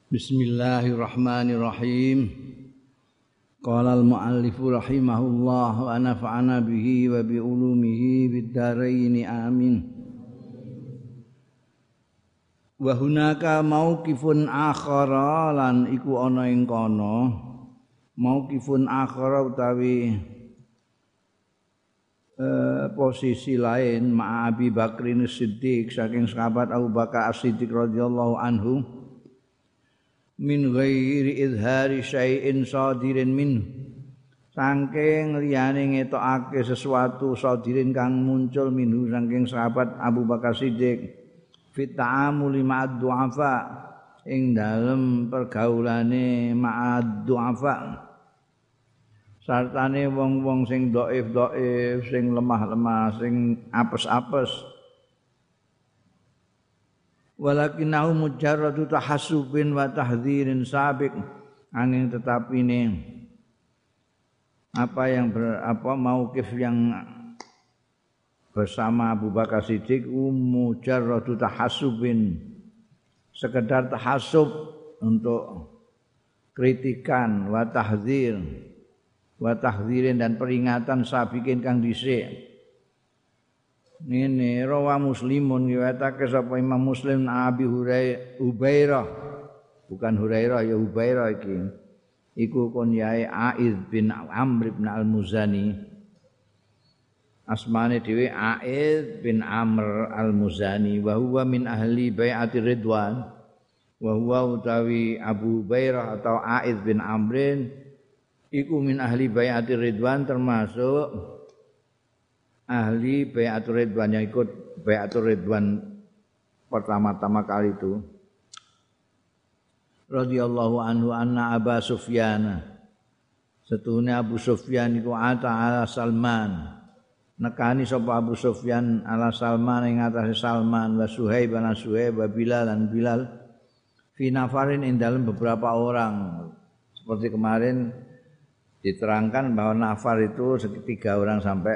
Bismillahirrahmanirrahim. Qala al-muallifu rahimahullah wa nafa'ana bihi wa bi ulumihi bid dharain amin. Wa hunaka mauqifun akhara lan iku ana ing kono mauqifun akhara utawi posisi lain ma'a Abi Bakrin Siddiq saking sahabat Abu Bakar As-Siddiq radhiyallahu anhu min ghairi izhari syai'in sadirin min saking liyane ngetokake sesuatu sadirin kang muncul minhu saking sahabat Abu Bakar Siddiq fit ta'amuli ma'ad du'afa ing dalem pergaulane ma'ad du'afa sartane wong-wong sing dhaif, sing lemah-lemah, sing apes-apes. Walakinahu mujarradu tahassubin wa tahdhirin sabiq angin tetapine mauqif yang bersama Abu Bakar Siddiq mujarradu tahassubin sekedar tahassub untuk kritikan wa tahdhirin dan peringatan sabiqin kang dhisik. Ini rawa Muslimun riwayatake sapa Imam Muslim Abi Hubairah bukan Hurairah ya Hubairah iki iku kunyae Aiz bin Amr bin Al-Muzani asmane dhewe Aiz bin Amr Al-Muzani wa huwa min ahli bai'ati Ridwan wa huwa utawi Abu Hubairah atau Aiz bin Amrin iku min ahli bai'ati Ridwan termasuk ahli bai'atur Ridwan yang ikut bai'atur Ridwan pertama-tama kali itu radhiyallahu anhu anna Aba Sufyan setune Abu Sufyan iku ala Salman nekani sapa Abu Sufyan ala Salman ing atase Salman wa Suhaib lan Suhaib wa Bilal lan Bilal fi nafarin ing dalem beberapa orang seperti kemarin diterangkan bahwa nafar itu 3 orang sampai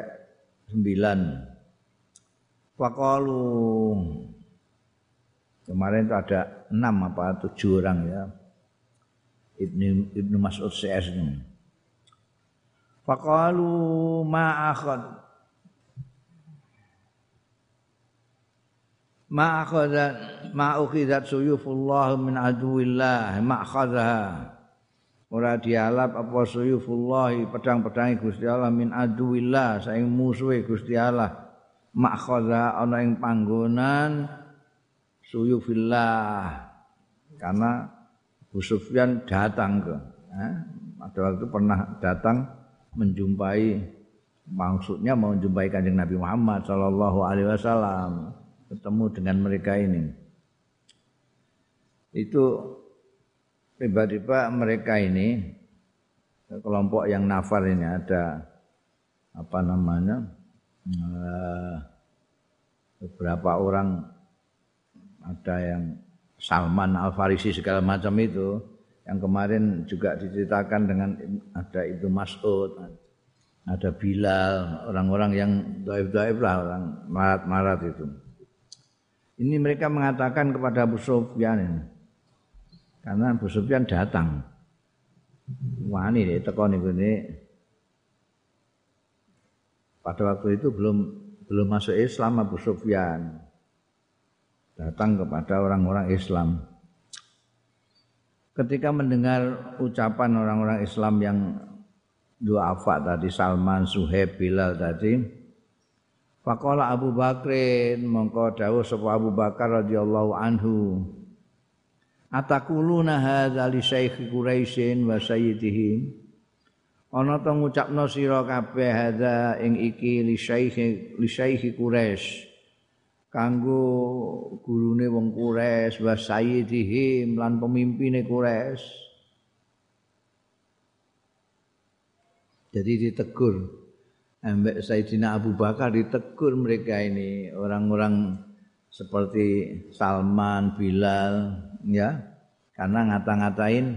9. Faqalu kemarin itu ada 6 apa 7 orang ya. Ibnu Mas'ud CS ini. Faqalu ma ukhidat suyufullah min aduwillah ma'khadha ora dialap apa suyufullah pedang-pedange Gusti Allah min aduwillah saing musuhe Gusti Allah makhadha ana ing panggonan suyufillah karena Abu Sufyan datang pada waktu pernah datang menjumpai maksudnya mau menjumpai Kanjeng Nabi Muhammad sallallahu alaihi wasallam ketemu dengan mereka ini itu tiba-tiba mereka ini kelompok yang nafar ini ada beberapa orang ada yang Salman Al-Farisi segala macam itu yang kemarin juga diceritakan dengan ada Ibnu Mas'ud ada Bilal orang-orang yang dhaif-dhaif lah orang marat-marat itu ini mereka mengatakan kepada Abu Sufyan ini karena Abu Sufyan datang. Wani deh teko niku pada waktu itu belum masuk Islam Abu Sufyan. Datang kepada orang-orang Islam. Ketika mendengar ucapan orang-orang Islam yang du'afa tadi Salman, Suhaib, Bilal tadi, faqala Abu Bakrin mongko dawuh sapa Abu Bakar radhiyallahu anhu atakuluna hadza li syaikh Quraisyin wa sayyidihim ana to ngucapno sira kabeh hadza ing iki li syaikh Quraisy kanggo gurune wong Quraisy wa sayyidihim lan pemimpine Quraisy jadi ditegur ambek Sayyidina Abu Bakar ditegur mereka ini orang-orang seperti Salman, Bilal ya karena ngata-ngatain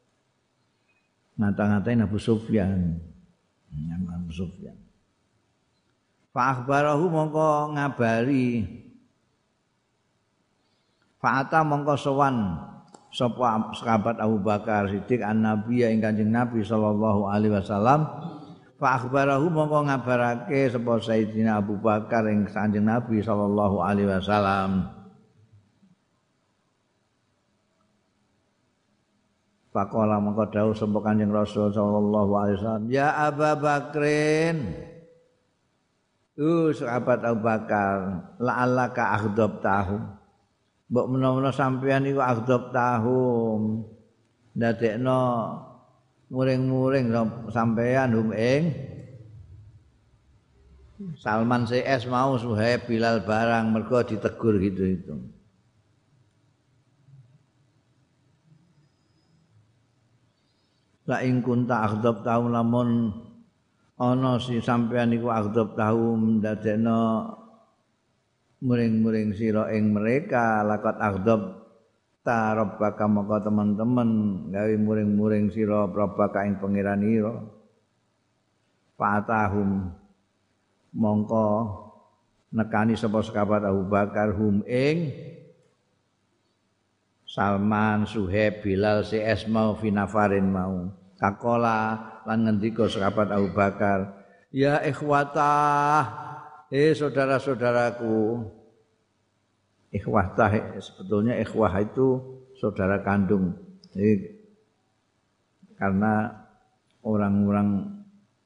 Abu Sufyan. Abu Sufyan. Fa akhbarahu mongko ngabari. Fa'ata mongko sowan sapa sahabat Abu Bakar Siddiq an-Nabi ing Kanjeng Nabi sallallahu alaihi wasallam fa akhbarahu mongko ngabarake sapa Sayyidina Abu Bakar ing Kanjeng Nabi sallallahu alaihi wasallam. Faqala mongko dawuh sapa Kanjeng Rasul sallallahu alaihi wasallam, ya Abu Bakrin, sahabat Abu Bakar, la'allaka aghdab tahu. Mbok menawa sampeyan iku aghdab tahu. Ndadekno muring-muring sampeyan ing Salman CS mau Suhaib Bilal barang mergo ditegur gitu itu. La ing kunta aghdab tahu lamun ana si sampeyan iku aghdab tahu ndadekno muring-muring sira ing mereka lakat aghdab ta rabbaka maka teman-teman gawe muring-muring sira rabbaka ing pangeran ira fatahum mongko nekani sapa sahabat Abu Bakar hum ing Salman Suhaib Bilal CS mau finafarin mau kakola lan ngendika sahabat Abu Bakar ya ikhwatah saudara-saudaraku. Ikhwah sebetulnya ikhwah itu saudara kandung. Jadi, karena orang-orang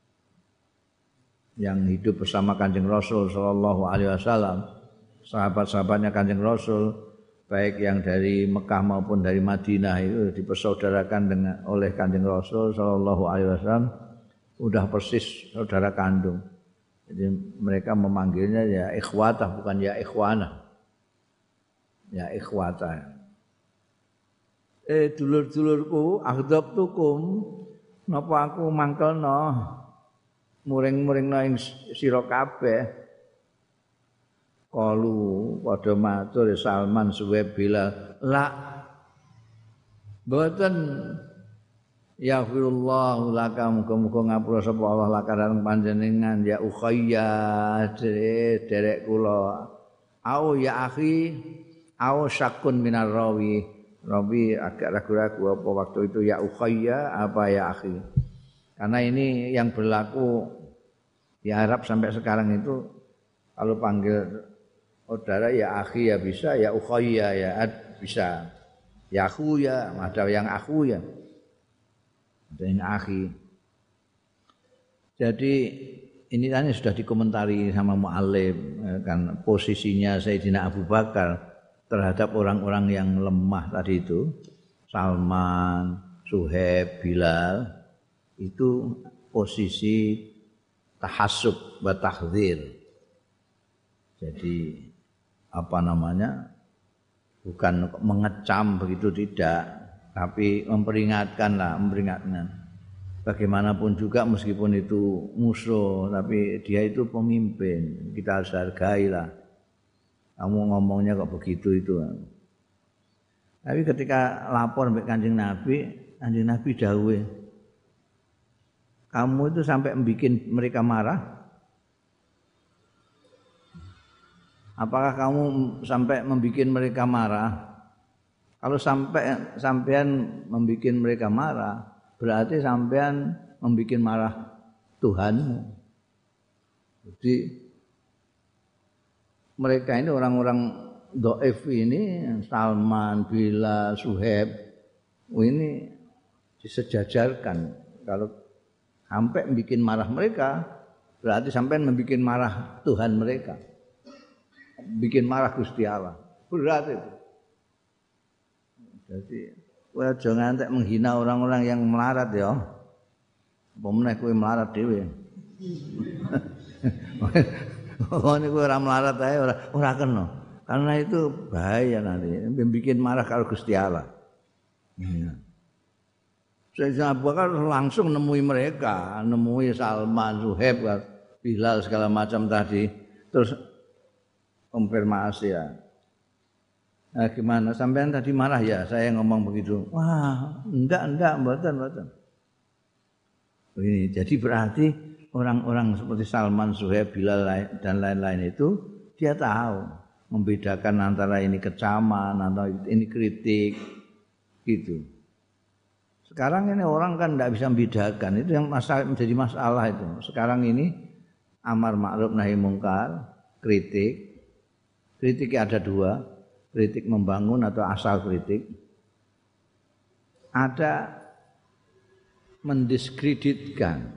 yang hidup bersama Kanjeng Rasul sallallahu alaihi wasallam, sahabat-sahabatnya Kanjeng Rasul baik yang dari Mekah maupun dari Madinah itu dipersaudarakan oleh Kanjeng Rasul sallallahu alaihi wasallam, udah persis saudara kandung. Jadi mereka memanggilnya ya ikhwatah bukan ya ikhwanah. Ya ikhwatah. Dulur-dulurku aghdabtukum napa aku mangkelno muring-muringno ing sira kabeh. Qalu padha matur Salman Suhaib Bilal la mboten ya firullah laka muga-muga ngapura sapa Allah lakaran panjenengan ya ukhayya derek kula au ya akhi au syakun minar rawi agak ragu-ragu apa waktu itu ya ukhayya apa ya akhi karena ini yang berlaku di Arab sampai sekarang itu kalau panggil saudara ya akhi ya bisa ya ukhayya ya bisa ya akhu ya ada yang akhu ya dan akhi. Jadi ini tadi sudah dikomentari sama mu'allim kan posisinya Sayyidina Abu Bakar terhadap orang-orang yang lemah tadi itu Salman, Suhaib, Bilal itu posisi tahassub wa tahdzir. Jadi apa namanya? Bukan mengecam begitu tidak. Tapi memperingatkan. Bagaimanapun juga meskipun itu musuh, tapi dia itu pemimpin. Kita harus hargailah. Kamu ngomongnya kok begitu itu. Tapi ketika lapor sampai Kanjeng Nabi dawuh, kamu itu sampai membuat mereka marah? Apakah kamu sampai membuat mereka marah? Kalau sampean membuat mereka marah, berarti sampean membuat marah Tuhanmu. Jadi mereka ini orang-orang dhaif ini, Salman, Bilal, Suhaib, ini disejajarkan. Kalau sampai membuat marah mereka, berarti sampean membuat marah Tuhan mereka. Bikin marah Gusti Allah. Berat itu. Jadi, kowe aja ngantek menghina orang-orang yang melarat ya. Apa meneh kowe melarat dhewe. Ini kowe ora melarat ae ora kena. Karena itu bahaya nanti. Bikin marah kalau Gusti Allah. Sayyidina Abu Bakar langsung nemui mereka, nemui Salman, Suhaib, Bilal segala macam tadi. Terus konfirmasi ya. Nah, gimana sampean tadi marah ya saya ngomong begitu. Wah, enggak mboten. Begini, jadi berarti orang-orang seperti Salman, Suhaib, Bilal dan lain-lain itu dia tahu membedakan antara ini kecaman, antara ini kritik. gitu. Sekarang ini orang kan tidak bisa membedakan, itu yang menjadi masalah itu. Sekarang ini amar ma'ruf nahi mungkar, kritik. Kritiknya ada dua, kritik membangun atau asal kritik. Ada mendiskreditkan.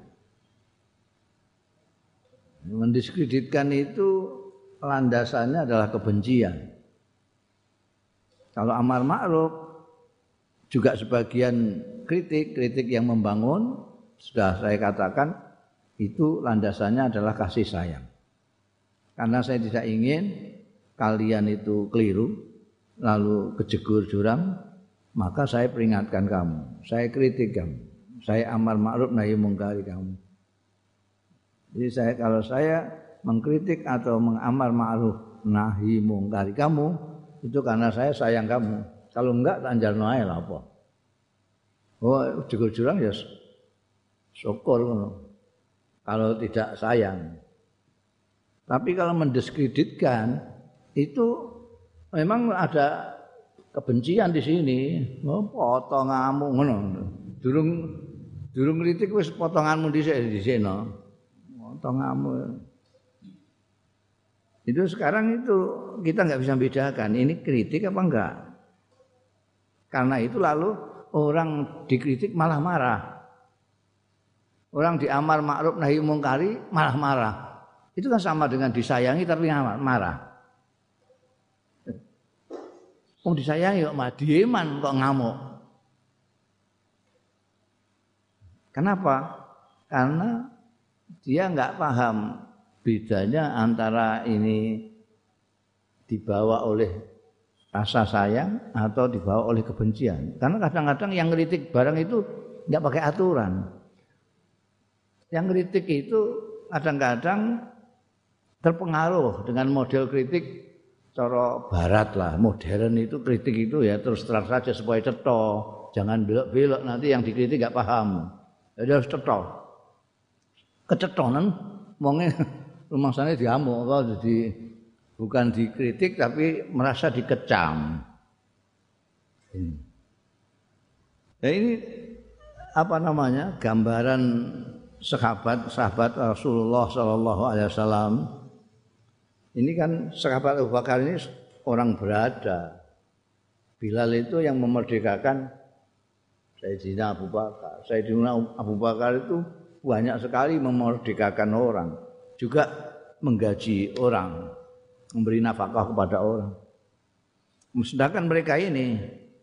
Mendiskreditkan itu landasannya adalah kebencian. Kalau amar ma'ruf juga sebagian kritik yang membangun, sudah saya katakan itu landasannya adalah kasih sayang. Karena saya tidak ingin kalian itu keliru lalu kejegur jurang, maka saya peringatkan kamu, saya kritik kamu, saya amar ma'ruf nahi mungkari kamu. Jadi kalau saya mengkritik atau mengamar ma'ruf nahi mungkari kamu, itu karena saya sayang kamu. Kalau enggak tak anjarno ae lha apa. Oh, jegur jurang ya syukur ngono. Kalau tidak sayang. Tapi kalau mendiskreditkan itu memang ada kebencian di sini. Oh, potonganmu ngono. Durung kritik wis potonganmu dhisik no. Potonganmu. Itu sekarang itu kita nggak bisa bedakan ini kritik apa enggak. Karena itu lalu orang dikritik malah marah. Orang diamar ma'ruf nahi mungkari malah marah. Itu kan sama dengan disayangi tapi marah. Wong disayangi kok malah dieman kok ngamuk. Kenapa? Karena dia nggak paham bedanya antara ini dibawa oleh rasa sayang atau dibawa oleh kebencian. Karena kadang-kadang yang kritik barang itu enggak pakai aturan. Yang kritik itu kadang-kadang terpengaruh dengan model kritik cara barat lah. Modern itu kritik itu ya terus terang saja supaya cetha. Jangan belok-belok nanti yang dikritik enggak paham. Jadi harus cetha. Kecetonan wonge rumangsane diamuk kok jadi bukan dikritik tapi merasa dikecam. Ya ini apa namanya? Gambaran sahabat Rasulullah sallallahu alaihi wasallam. Ini kan sahabat Abu Bakar ini orang berada. Bilal itu yang memerdekakan Sayyidina Abu Bakar. Sayyidina Abu Bakar itu banyak sekali memerdekakan orang. Juga menggaji orang, memberi nafkah kepada orang. Sedangkan mereka ini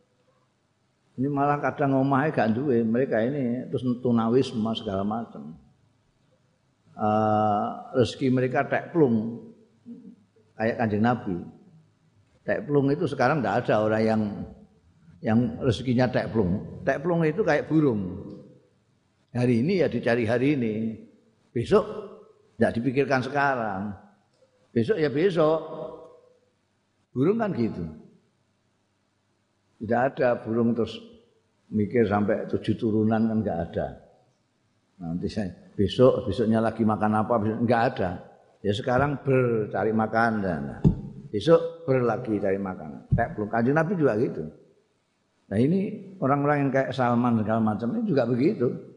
malah kadang ngomahnya gak duwe, mereka ini terus tunawisme segala macam. Rezeki mereka tekplung kayak Kanjeng Nabi. Tekplung itu sekarang tidak ada orang yang rezekinya tekplung. Tekplung itu kayak burung. Hari ini ya dicari hari ini, besok tidak dipikirkan sekarang. Besok ya besok. Burung kan gitu. Tidak ada burung terus mikir sampai 7 turunan kan enggak ada. Nanti saya besoknya lagi makan apa enggak ada. Ya sekarang bercari makan dan besok berlagi cari makanan. Kayak belum Kanjeng Nabi juga gitu. Nah ini orang-orang yang kayak Salman segala macam ini juga begitu.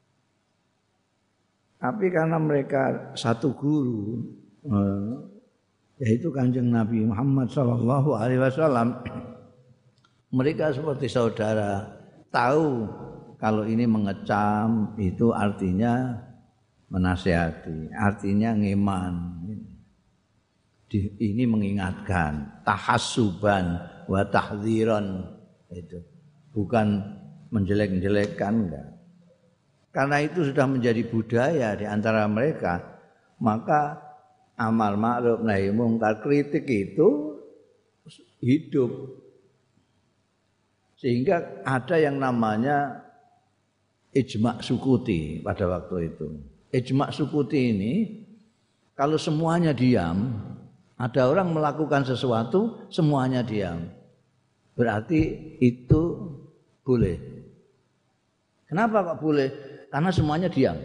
Tapi karena mereka satu guru, yaitu Kanjeng Nabi Muhammad sallallahu alaihi wasallam, mereka seperti saudara, tahu kalau ini mengecam itu artinya menasihati, artinya ngeman. Ini mengingatkan, tahassuban wa tahdziran itu. Bukan menjelek-jelekkan enggak. Karena itu sudah menjadi budaya di antara mereka, maka amar ma'ruf nahi mungkar kritik itu hidup. Sehingga ada yang namanya ijma' sukuti pada waktu itu. Ijma' sukuti ini kalau semuanya diam, ada orang melakukan sesuatu semuanya diam. Berarti itu boleh. Kenapa kok boleh? Karena semuanya diam.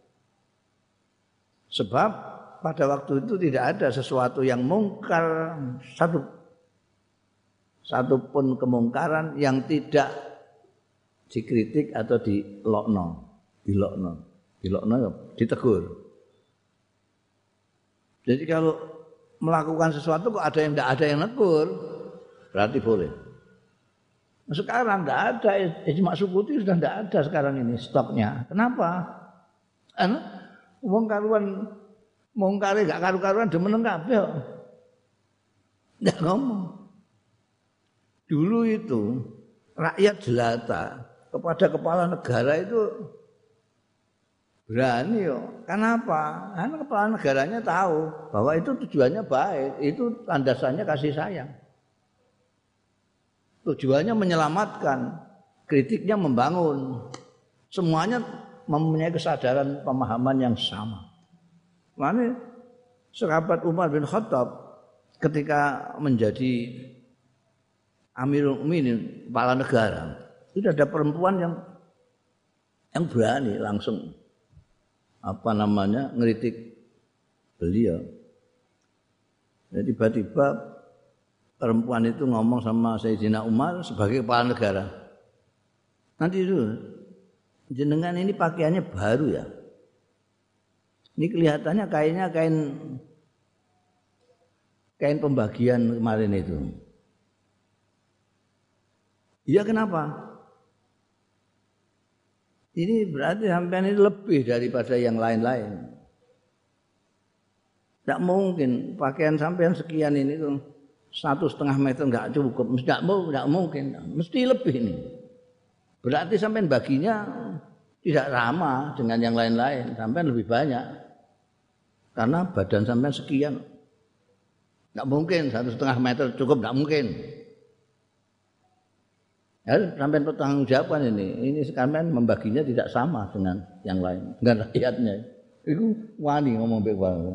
Sebab pada waktu itu tidak ada sesuatu yang mungkar, satu pun kemungkaran yang tidak dikritik atau dilokno ya ditegur. Jadi kalau melakukan sesuatu kok ada yang tidak ada yang negur, berarti boleh. Sekarang tidak ada, ijma sukuti sudah tidak ada sekarang ini stoknya. Kenapa? Karena wong karuan mongkare gak karu-karuan demeneng kabeh kok. Ndak ngomong. Dulu itu rakyat jelata kepada kepala negara itu berani yo. Kenapa? Karena kepala negaranya tahu bahwa itu tujuannya baik, itu landasannya kasih sayang. Tujuannya menyelamatkan, kritiknya membangun. Semuanya mempunyai kesadaran pemahaman yang sama. Makanya sahabat Umar bin Khattab ketika menjadi Amirul Mukminin, kepala negara, itu ada perempuan yang berani langsung ngeritik beliau. Jadi tiba-tiba perempuan itu ngomong sama Sayyidina Umar sebagai kepala negara. Nanti itu jenengan ini pakaiannya baru ya. Ini kelihatannya kainnya kain pembagian kemarin itu. Iya kenapa? Ini berarti sampean ini lebih daripada yang lain-lain. Tidak mungkin pakaian sampean sekian ini tuh 1,5 meter nggak cukup. Tidak mungkin. Mesti lebih ini. Berarti sampean baginya tidak sama dengan yang lain-lain. Sampean lebih banyak. Karena badan sampean sekian. Tidak mungkin 1,5 meter cukup, tidak mungkin. Ya, sampai bertanggung jawabkan ini sekarang membaginya tidak sama dengan yang lain, dengan rakyatnya. Itu wani ngomong begitu.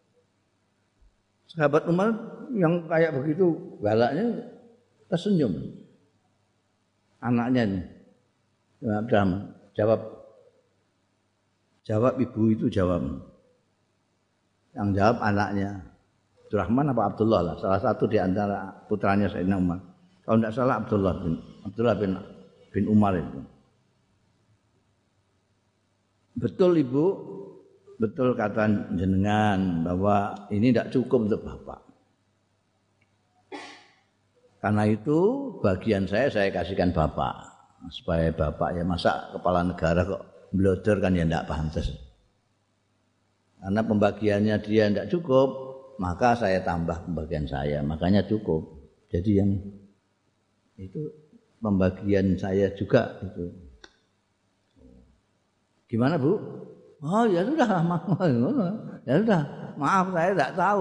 Sahabat Umar yang kayak begitu galaknya tersenyum. Anaknya ini, jawab ibu itu jawab. Yang jawab anaknya, Abdurrahman apa Abdullah lah, salah satu di antara putranya Sayyidina Umar. Kalau tidak salah Abdullah bin Umar itu. Betul Ibu, betul kata jenengan bahwa ini tidak cukup untuk Bapak. Karena itu bagian saya kasihkan Bapak. Supaya Bapak ya masa kepala negara kok bloder kan ya tidak pantas. Karena pembagiannya dia tidak cukup, maka saya tambah pembagian saya, makanya cukup. Jadi yang itu pembagian saya juga itu. Gimana Bu? Oh ya sudah, ya sudah. Maaf saya tidak tahu.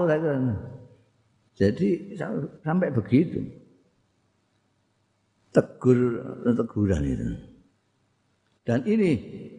Jadi sampai begitu. Teguran itu. Dan ini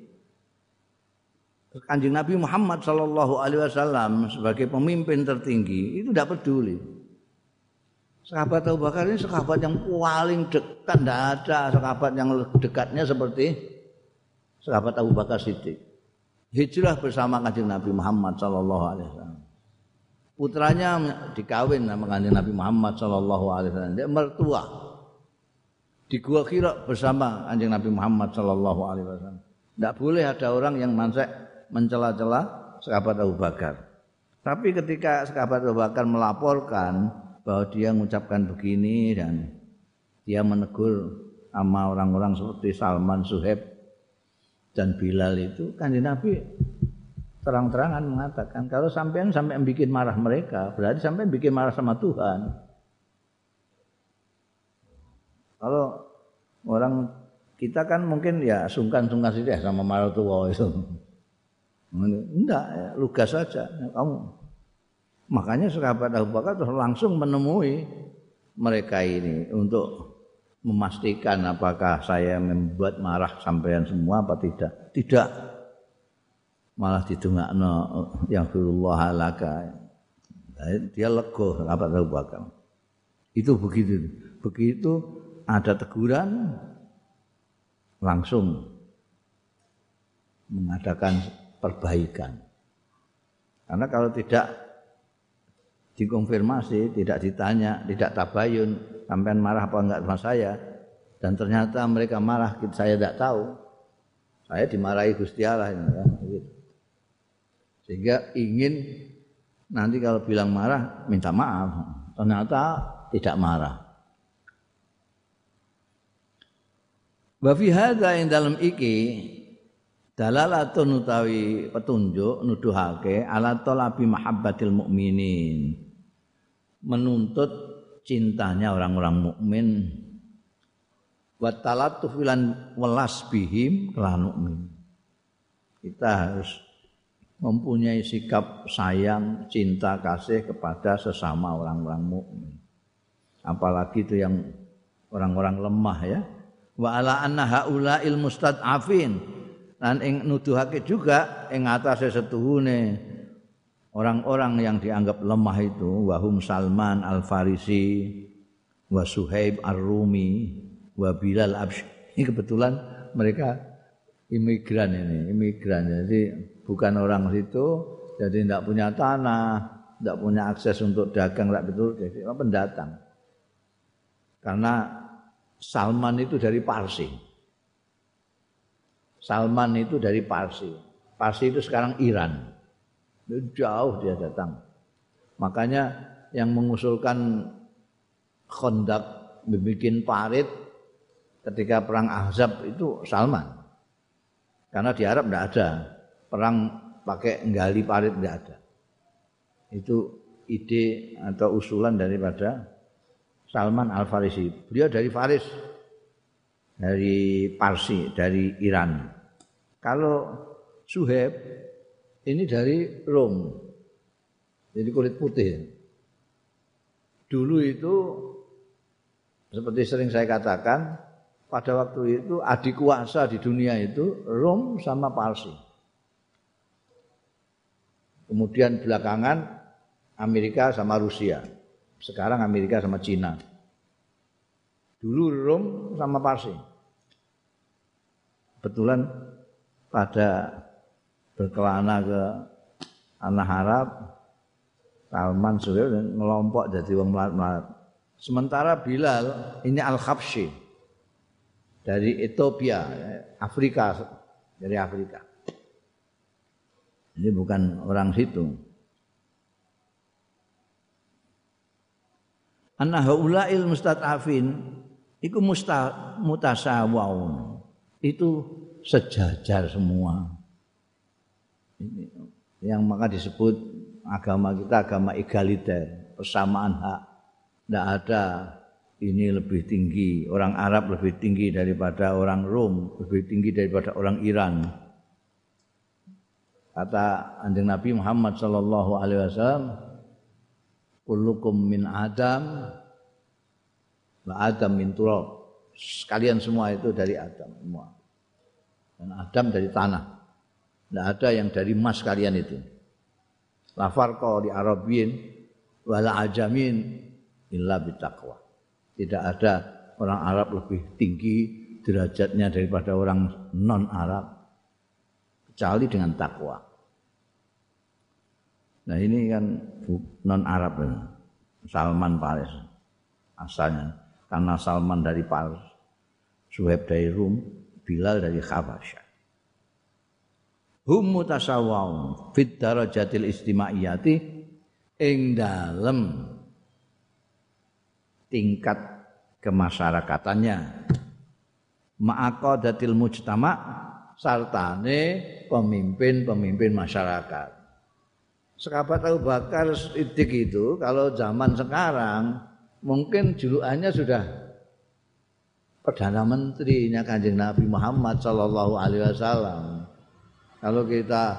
Kanjeng Nabi Muhammad sallallahu alaihi wasallam sebagai pemimpin tertinggi itu tidak peduli. Sahabat Abu Bakar ini sahabat yang paling dekat, tidak ada sahabat yang dekatnya seperti sahabat Abu Bakar Siddiq. Hijrah bersama Kanjeng Nabi Muhammad sallallahu alaihi wasallam. Putranya dikawin sama Kanjeng Nabi Muhammad sallallahu alaihi wasallam. Dia mertua. Di Gua Hira bersama Kanjeng Nabi Muhammad sallallahu alaihi wasallam. Tidak boleh ada orang yang mencela-cela sahabat Abu Bakar. Tapi ketika sahabat Abu Bakar melaporkan bahwa dia mengucapkan begini dan dia menegur sama orang-orang seperti Salman, Suhaib dan Bilal itu, Kanjeng Nabi terang-terangan mengatakan kalau sampai bikin marah mereka, berarti sampai bikin marah sama Tuhan. Kalau orang kita kan mungkin ya sungkan-sungkan sih sama marah tua itu. Enggak, ya, lugas saja kamu. Makanya sahabat Abu Bakar terus langsung menemui mereka ini untuk memastikan apakah saya membuat marah sampean semua apa tidak. Tidak. Malah didongakno ya Rasulullah laka. Dia lego sahabat Abu Bakar. Itu begitu. Begitu ada teguran langsung mengadakan perbaikan. Karena kalau tidak dikonfirmasi, tidak ditanya, tidak tabayun, sampean marah apa enggak sama saya, Dan ternyata mereka marah, saya tidak tahu. Saya dimarahi Gusti Allah ini, kan? Gitu. Sehingga ingin nanti kalau bilang marah minta maaf. Ternyata tidak marah. Wa fi hadza ing dalem iki dalalatun utawi petunjuk nuduhake ala talabi mahabbatil mukminin. Menuntut cintanya orang-orang mukmin. Wa talatuf lan welas bihim kelan mukmin. Kita harus mempunyai sikap sayang, cinta, kasih kepada sesama orang-orang mukmin. Apalagi itu yang orang-orang lemah ya. Wa ala anna haula'il mustad'afin. Lan ing nuduhake juga ing atase setuhune orang-orang yang dianggap lemah itu wahum Salman Al-Farisi wa Suhaib Ar-Rumi wa Bilal Absy. Ini kebetulan mereka imigran ini, imigran. Jadi bukan orang situ, jadi tidak punya tanah, tidak punya akses untuk dagang, tidak betul, jadi pendatang. Karena Salman itu dari Parsi. Salman itu dari Parsi. Parsi itu sekarang Iran. Jauh dia datang. Makanya yang mengusulkan Khandaq membuat parit ketika perang Ahzab itu Salman. Karena di Arab tidak ada perang pakai nggali parit, tidak ada. Itu ide atau usulan daripada Salman Al-Farisi. Beliau dari Faris, dari Parsi, dari Iran. Kalau Suhaib ini dari Rom, jadi kulit putih. Dulu itu seperti sering saya katakan, pada waktu itu adik kuasa di dunia itu Rom sama Parsi. Kemudian belakangan Amerika sama Rusia. Sekarang Amerika sama Cina. Dulu Rom sama Parsi. Kebetulan pada berkelana ke tanah Arab, Salman Suhaib ngelompok jadi wong melarat-melarat. Sementara Bilal ini Al-Habsyi dari Ethiopia, Afrika, dari Afrika. Ini bukan orang situ. Anna haula'il mustad'afin iku mutasawwaun. Itu sejajar semua. Ini yang maka disebut agama kita agama egaliter, persamaan hak. Tidak ada ini lebih tinggi, orang Arab lebih tinggi daripada orang Rom, lebih tinggi daripada orang Iran. Kata Kanjeng Nabi Muhammad sallallahu alaihi wasallam, kullukum min Adam wa Adam min turab. Sekalian semua itu dari Adam semua. Dan Adam dari tanah. Tidak ada yang dari emas kalian itu. La farqa li Arabiyyin wala ajamin illa bitaqwa. Tidak ada orang Arab lebih tinggi derajatnya daripada orang non-Arab kecuali dengan takwa. Nah ini kan non-Arab ini. Salman Faris asalnya. Karena Salman dari Faris, Suhaib dari Rum, Bilal dari Habasyah. Hum mutasawwaun fit darajatil istimaiyati ing dalem tingkat kemasyarakatannya. Ma'aqadatil mujtama sartane pemimpin-pemimpin masyarakat. Sahabat Abu Bakar Siddiq itu kalau zaman sekarang mungkin julukannya sudah Perdana Menterinya Kanjeng Nabi Muhammad sallallahu alaihi wasallam. Kalau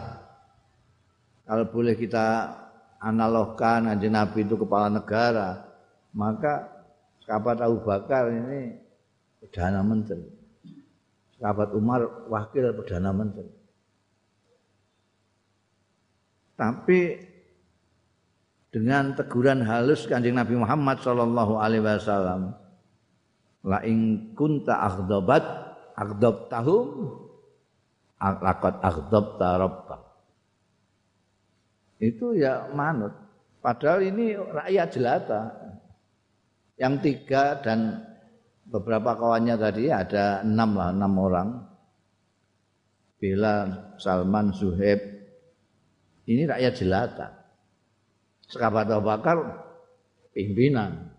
boleh kita analogkan Kanjeng Nabi itu kepala negara, maka sahabat Abu Bakar ini Perdana Menteri. Sahabat Umar wakil Perdana Menteri. Tapi dengan teguran halus Kanjeng Nabi Muhammad sallallahu alaihi wasallam, la in kunta aghdabtahum laqad aghdabta rabbak. Itu ya manut. Padahal ini rakyat jelata yang 3 dan beberapa kawannya tadi ada 6 orang. Bela, Salman, Zuhaib. Ini rakyat jelata. Sahabat Abu Bakar pimpinan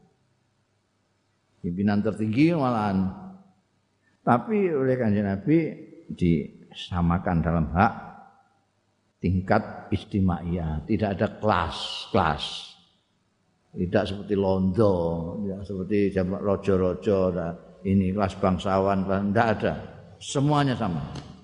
tertinggi malahan. Tapi oleh Kanjeng Nabi disamakan dalam hak tingkat istimaiyah, tidak ada kelas. Tidak seperti londo, tidak seperti zaman rojo-rojo, ini kelas bangsawan, tidak ada. Semuanya sama.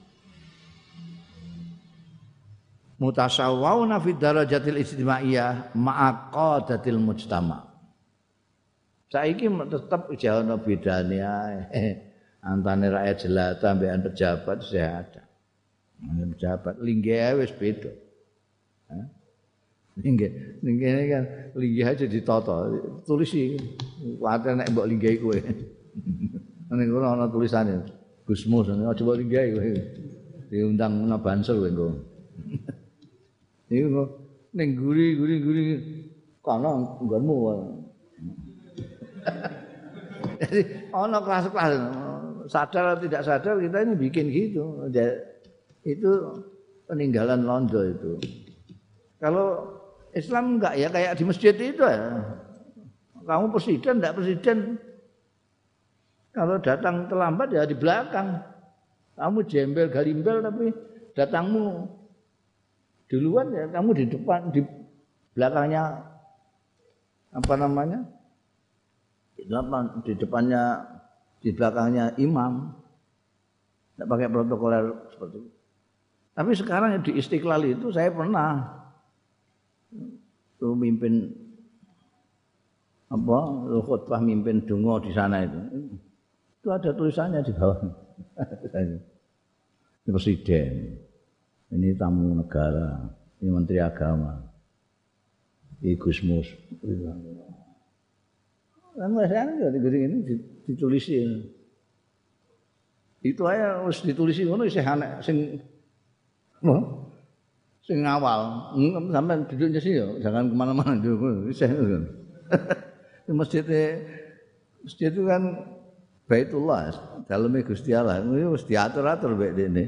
Mutasawwawna fi darajatil istimaiyah ma'a qadatil mujtama. Saiki tetep jawana bedane ae. Antane rakyat jelata ambekan pejabat ada. Pejabat linggih wis beda. Linggih ini kan linggih aja ditata, tulisi kuwatir nek mbok linggihi kowe. Ning ora ana tulisane. Gusmus aja mbok linggihi kowe. Diundang ana banser kowe engko. Iku ning guri kono nggonmu. Jadi ana kelas-kelas sadar atau tidak sadar kita ini bikin gitu. Itu peninggalan londo itu. Kalau Islam enggak ya kayak di masjid itu ya. Kamu presiden enggak presiden. Kalau datang terlambat ya di belakang. Kamu jembel galimbel tapi datangmu duluan ya kamu di depan di belakangnya apa namanya? Di depannya di belakangnya imam. Enggak pakai protokoler seperti itu. Tapi sekarang di Istiqlal itu saya pernah mimpin khutbah mimpin donga di sana itu. Itu ada tulisannya di bawah. Ini presiden. Ini tamu negara, ini menteri agama. Ini Gusmus. Kan biasanya ini ditulisi. Itu aja harus ditulisi ngono isih anek sing awal sampai duduknya sih ya jangan kemana-mana dulu di masjid itu kan Baitullah dalamnya Gusti Allah itu harus diatur-atur baik ini.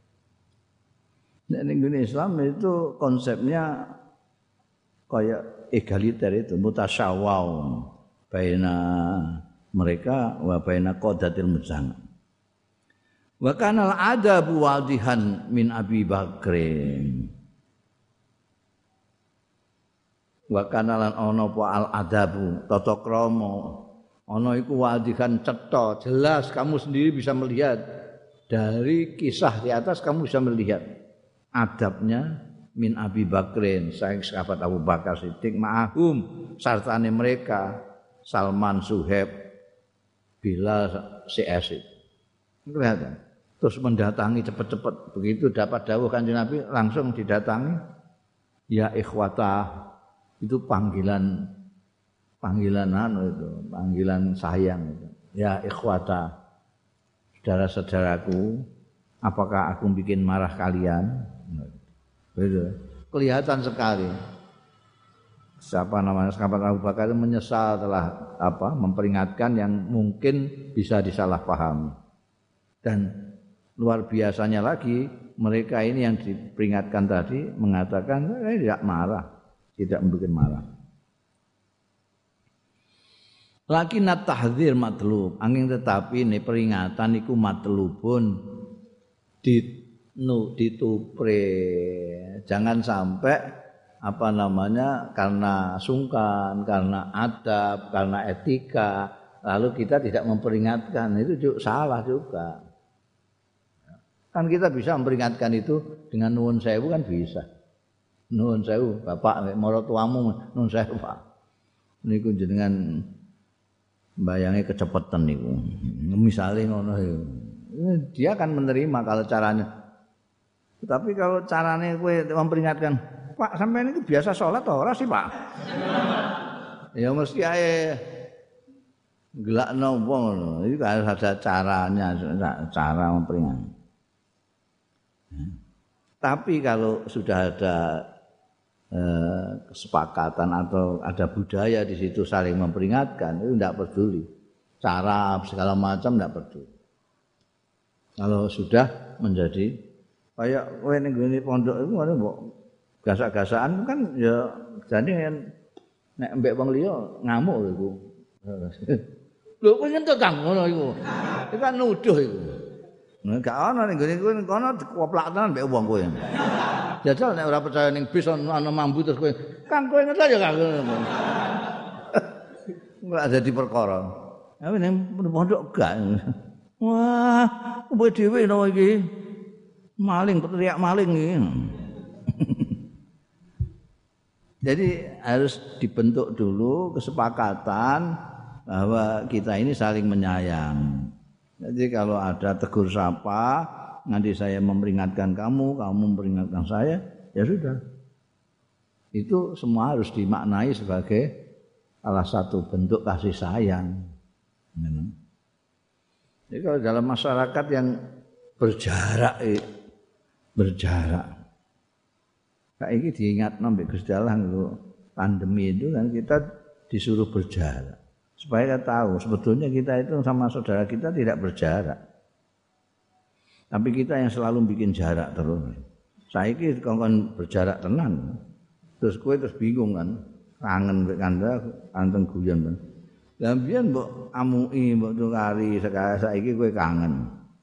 Nek ning Islam itu konsepnya kayak egaliter itu mutasyawwau baina mereka wa baina qadatil mujtama. Wa kana al-adabu wadihan min Abi Bakrin. Wa kana lan ana apa al-adabu tata krama. Ana iku wadihan cetha, jelas kamu sendiri bisa melihat dari kisah di atas kamu bisa melihat adabnya min Abi Bakrin, sahabat Abu Bakar Siddiq ma'ahum sartane mereka Salman Suhaib Bilal CS. Kelihatan. Terus mendatangi cepat-cepat. Begitu dapat dawuh Kanjeng Nabi langsung didatangi. Ya ikhwata, itu panggilan itu, panggilan sayang itu. Ya ikhwata, saudara-saudaraku, apakah aku bikin marah kalian? Begitu. Kelihatan sekali. Siapa namanya sahabat Abu Bakar itu menyesal telah memperingatkan yang mungkin bisa disalahpahami. Dan luar biasanya lagi mereka ini yang diperingatkan tadi mengatakan tidak marah, tidak membuat marah. Lakin at-tahdzir matlub, angin tetapi ini peringatan iku matlubun ditupre. Jangan sampai karena sungkan, karena adab, karena etika lalu kita tidak memperingatkan, itu juga salah juga. Kan kita bisa memperingatkan itu dengan nuwun sewu kan bisa. Nuwun sewu, Bapak mara tuamu nuwun sewu, Pak. Niku jenengan mbayange kecepetan niku. Misale ngono ya. Dia akan menerima kalau caranya. Tetapi kalau carane kowe memperingatkan, Pak sampean itu biasa sholat atau ora sih, Pak? Ya mesti ae gelakno wong ngono. Itu harus ada caranya, cara memperingatkan. Tapi kalau sudah ada kesepakatan atau ada budaya di situ saling memperingatkan, itu tidak peduli. cara segala macam tidak peduli. Kalau sudah menjadi kayak kowe ning gone pondok iku ngono mbok gasak-gasakan kan ya jane nek mbek wong liya ngamuk iku. Lho kowe ngentut Kang ngono iku. Iku kan nuduh iku. Nek gak ana ning gone kowe kono dikoplak tenan mbek wong kowe. Jajal nek ora percaya ning bis ana mambu terus kowe Kang kowe ngentut ya Kang. Ora dadi perkara. Tapi ning pondok gak. Wah, kowe dhewe no iki. Maling, teriak maling iki. Jadi harus dibentuk dulu kesepakatan bahwa kita ini saling menyayang. Jadi kalau ada tegur sapa, nanti saya memperingatkan kamu, kamu memperingatkan saya, ya sudah. Itu semua harus dimaknai sebagai salah satu bentuk kasih sayang. Jadi kalau dalam masyarakat yang berjarak, kayak diingat nombek Gusti Allah pandemi itu kan kita disuruh berjarak supaya kita tahu sebetulnya kita itu sama saudara kita tidak berjarak, tapi kita yang selalu bikin jarak terus. Saiki kongkon berjarak tenan, terus kowe terus bingung kan, kangen mek kandha anteng guyon kan. Lah mbiyen mbok amuki mbok tukari saiki kowe kangen.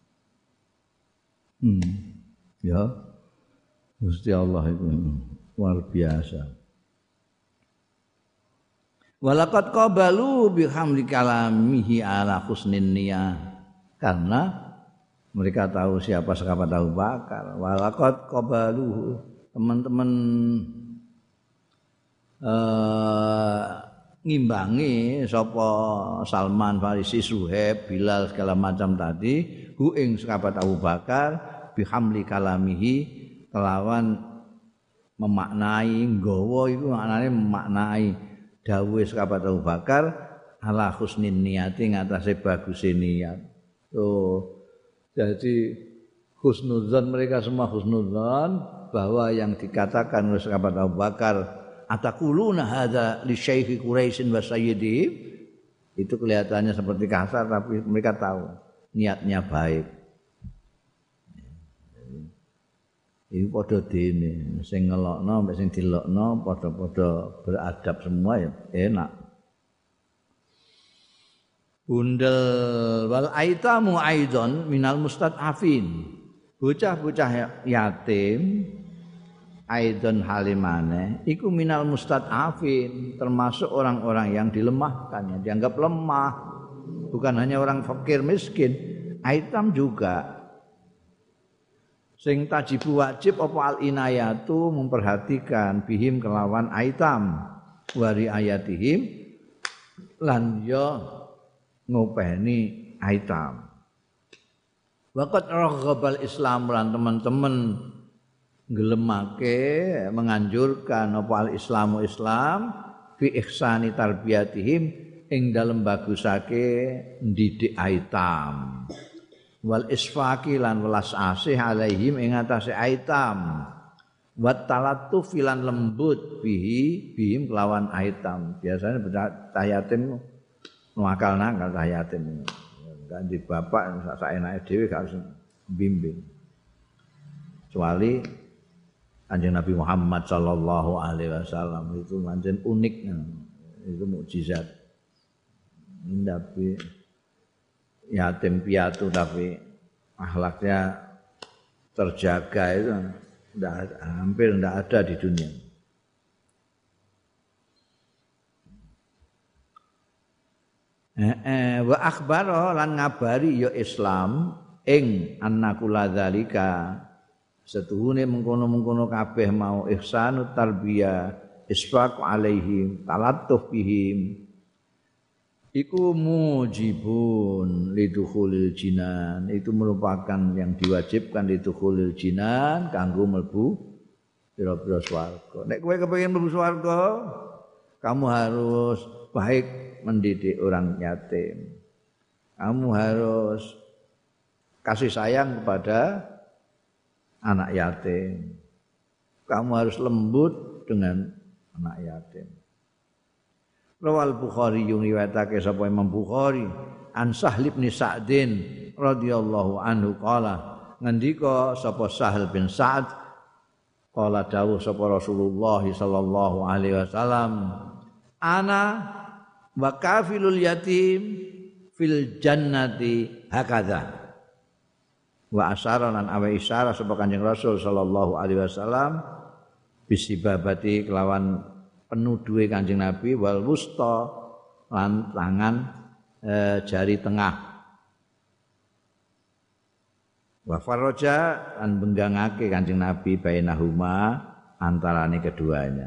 Ya. Gusti Allah itu luar biasa. Walaqad qabalu bihamdi kalamihi ala husnin niyah. Karena mereka tahu siapa sahabat Abu Bakar. Walaqad qabalu, teman-teman ngimbangi sapa Salman Farisi, Suhaib, Bilal segala macam tadi hu ing sahabat Abu Bakar bihamli kalamihi kelawan memaknai nggawa iku maknane memaknai dawuh sahabat Abu Bakar ala husnin niyati ngatasé bagusé niat. Jadi husnudzon, mereka semua husnudzon bahwa yang dikatakan oleh sahabat Abu Bakar ataquluna hadza li syaikhi Quraisy wa sayyidihim, itu kelihatannya seperti kasar tapi mereka tahu niatnya baik. Iku padha dene, sing ngelokno mek sing dilokno padha-padha beradab semua ya enak. Bundel wal aitamu aidon minal mustad'afin. Bocah-bocah yatim aidon halimane iku minal mustad'afin, termasuk orang-orang yang dilemahkan, yang dianggap lemah. Bukan hanya orang fakir miskin, aitam juga. Sing tajibu wajib apa al inayatu, memperhatikan bihim kelawan aitam wari ayatihim lan ya ngopeni aitam. Waqat raghhabal Islam, lan teman-teman ngelemake menganjurkan apa al Islamu Islam fi ihsani tarbiyatihim ing dalem bagusake ndidik aitam. Wal isfaqi lan welas asih alaihim ing atase aitam wat talatuf lan lembut bihim kelawan aitam. Biasanya bocah yatim nuakal-nakal cah yatim, gak di bapak sak enake dhewe gak harus bimbing, kecuali Kanjeng Nabi Muhammad sallallahu alaihi wasallam itu pancen unik, itu mukjizat. Nabi yatim piatu tapi akhlaknya terjaga, itu hampir tidak ada di dunia. Wa akhbaro lan ngabari ya Islam ing annakula dzalika setuhune mengkono-mengkono kabeh mau ihsanut tarbiyah isfaq alaihim talatuf bihim iku mujibun lidukhulil jinan, itu merupakan yang diwajibkan lidukhulil jinan kanggo mlebu pira-pira swarga. Nek kowe kepengin mlebu swarga, kamu harus baik mendidik orang yatim. Kamu harus kasih sayang kepada anak yatim. Kamu harus lembut dengan anak yatim. Rawal Bukhari yung riwayatake sapa Imam Bukhari an Sahl bin Sa'din radhiyallahu anhu qala ngendika sapa Sahl bin Sa'd qala dawuh sapa Rasulullah sallallahu alaihi wasallam ana wa kafilul yatim fil jannati hakadha wa asyara lan awe isyarah sapa Kanjeng Rasul sallallahu alaihi wasallam bisibabati kelawan penuduhe Kanjeng Nabi wal wusta lan tangan jari tengah wa faraja lan benggangake Kanjeng Nabi bainahuma antarane keduanya.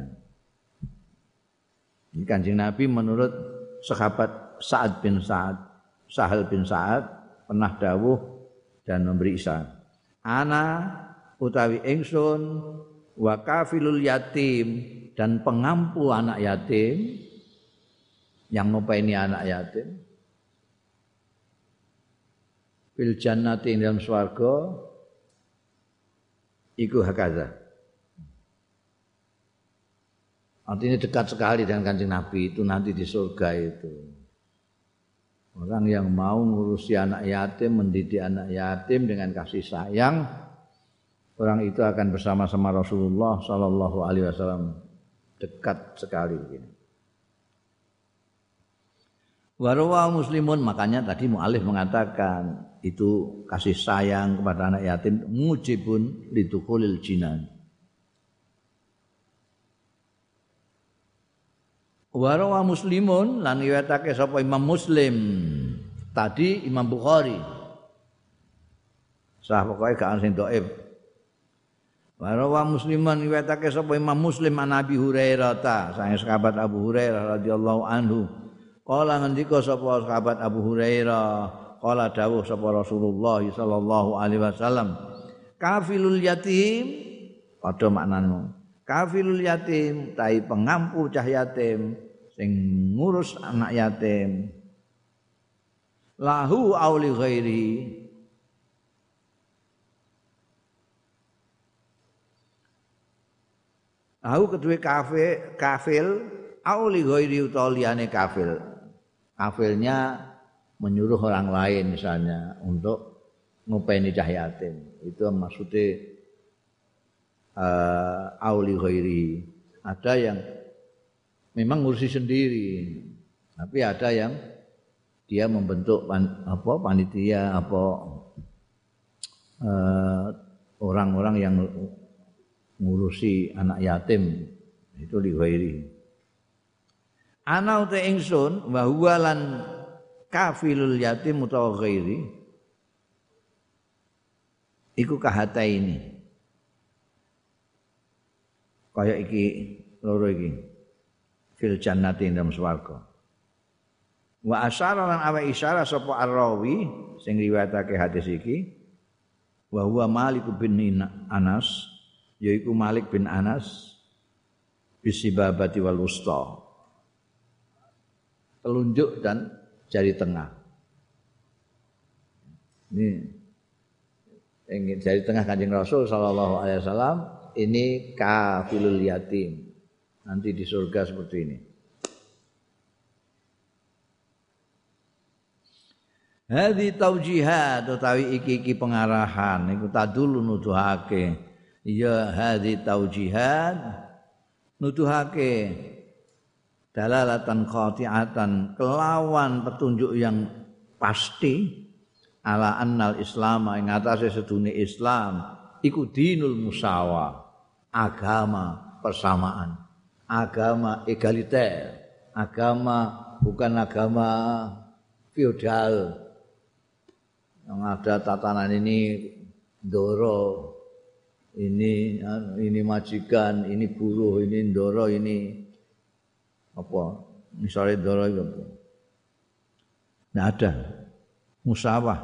Ini Kanjeng Nabi menurut sahabat Sa'ad bin Sa'ad, Sahal bin Sa'ad pernah dawuh dan memberi isyarat. Ana utawi ingsun wa kafilul yatim dan pengampu anak yatim yang ngopeni anak yatim fil jannati dalam swarga iku hakaza. Artinya dekat sekali dengan Kanjeng Nabi itu nanti di surga itu. Orang yang mau ngurusi anak yatim, mendidik anak yatim dengan kasih sayang, orang itu akan bersama-sama Rasulullah sallallahu alaihi wasallam dekat sekali begini. Warawa Muslimun, makanya tadi mu'alif mengatakan itu kasih sayang kepada anak yatim mujibun lidukhulil jinan. Warawa Muslimun lan riwayatake sapa Imam Muslim. Tadi Imam Bukhari. Sah pokoke gak ana sing dhaif. Warawa Musliman riwayatake sapa Imam Muslim an Abi Hurairah ta, sang sahabat Abu Hurairah radhiyallahu anhu. Kala ngendika sapa sahabat Abu Hurairah, kala dawuh sapa Rasulullah sallallahu alaihi wasallam, kafilul yatim padha maknane. Kafilul yatim tai pengampu cah yatim sing ngurus anak yatim. Lahu auli ghairi. Lahu kedue kafil auli ghairi utawa liyane kafil. Kafilnya menyuruh orang lain misalnya untuk ngopeni cah yatim. Itu maksudnya auli ghairi. Ada yang memang ngurusi sendiri, tapi ada yang dia membentuk panitia orang-orang yang ngurusi anak yatim itu li ghairi. Ana uta ingsun wa huwa lan kafilul yatim utawa ghairi iku kahata ini. Kaya iki loro iki fil jannati dalam swarga. Wa asyara lan awa isyarah sapa ar-rawi sing riwayatake hadis iki wa huwa Malik bin Anas, yaiku Malik bin Anas bisibabati wal wusta. Telunjuk dan jari tengah. Ini jari tengah Kanjeng Rasul sallallahu alaihi wasallam, ini kafilul yatim. Nanti di surga seperti ini. Hadhi taujihat utawi iki pengarahan iku tadulu nuduhake. Ya hadhi taujihat nuduhake dalalatan qati'atan kelawan petunjuk yang pasti ala annal islam ing atase sedune Islam iku dinul musawa, agama persamaan, agama egaliter, agama bukan agama feodal yang ada tatanan ini ndoro, ini majikan, ini buruh, ini ndoro, ini apa misalnya ndoro itu apa? Nggak ada musawah.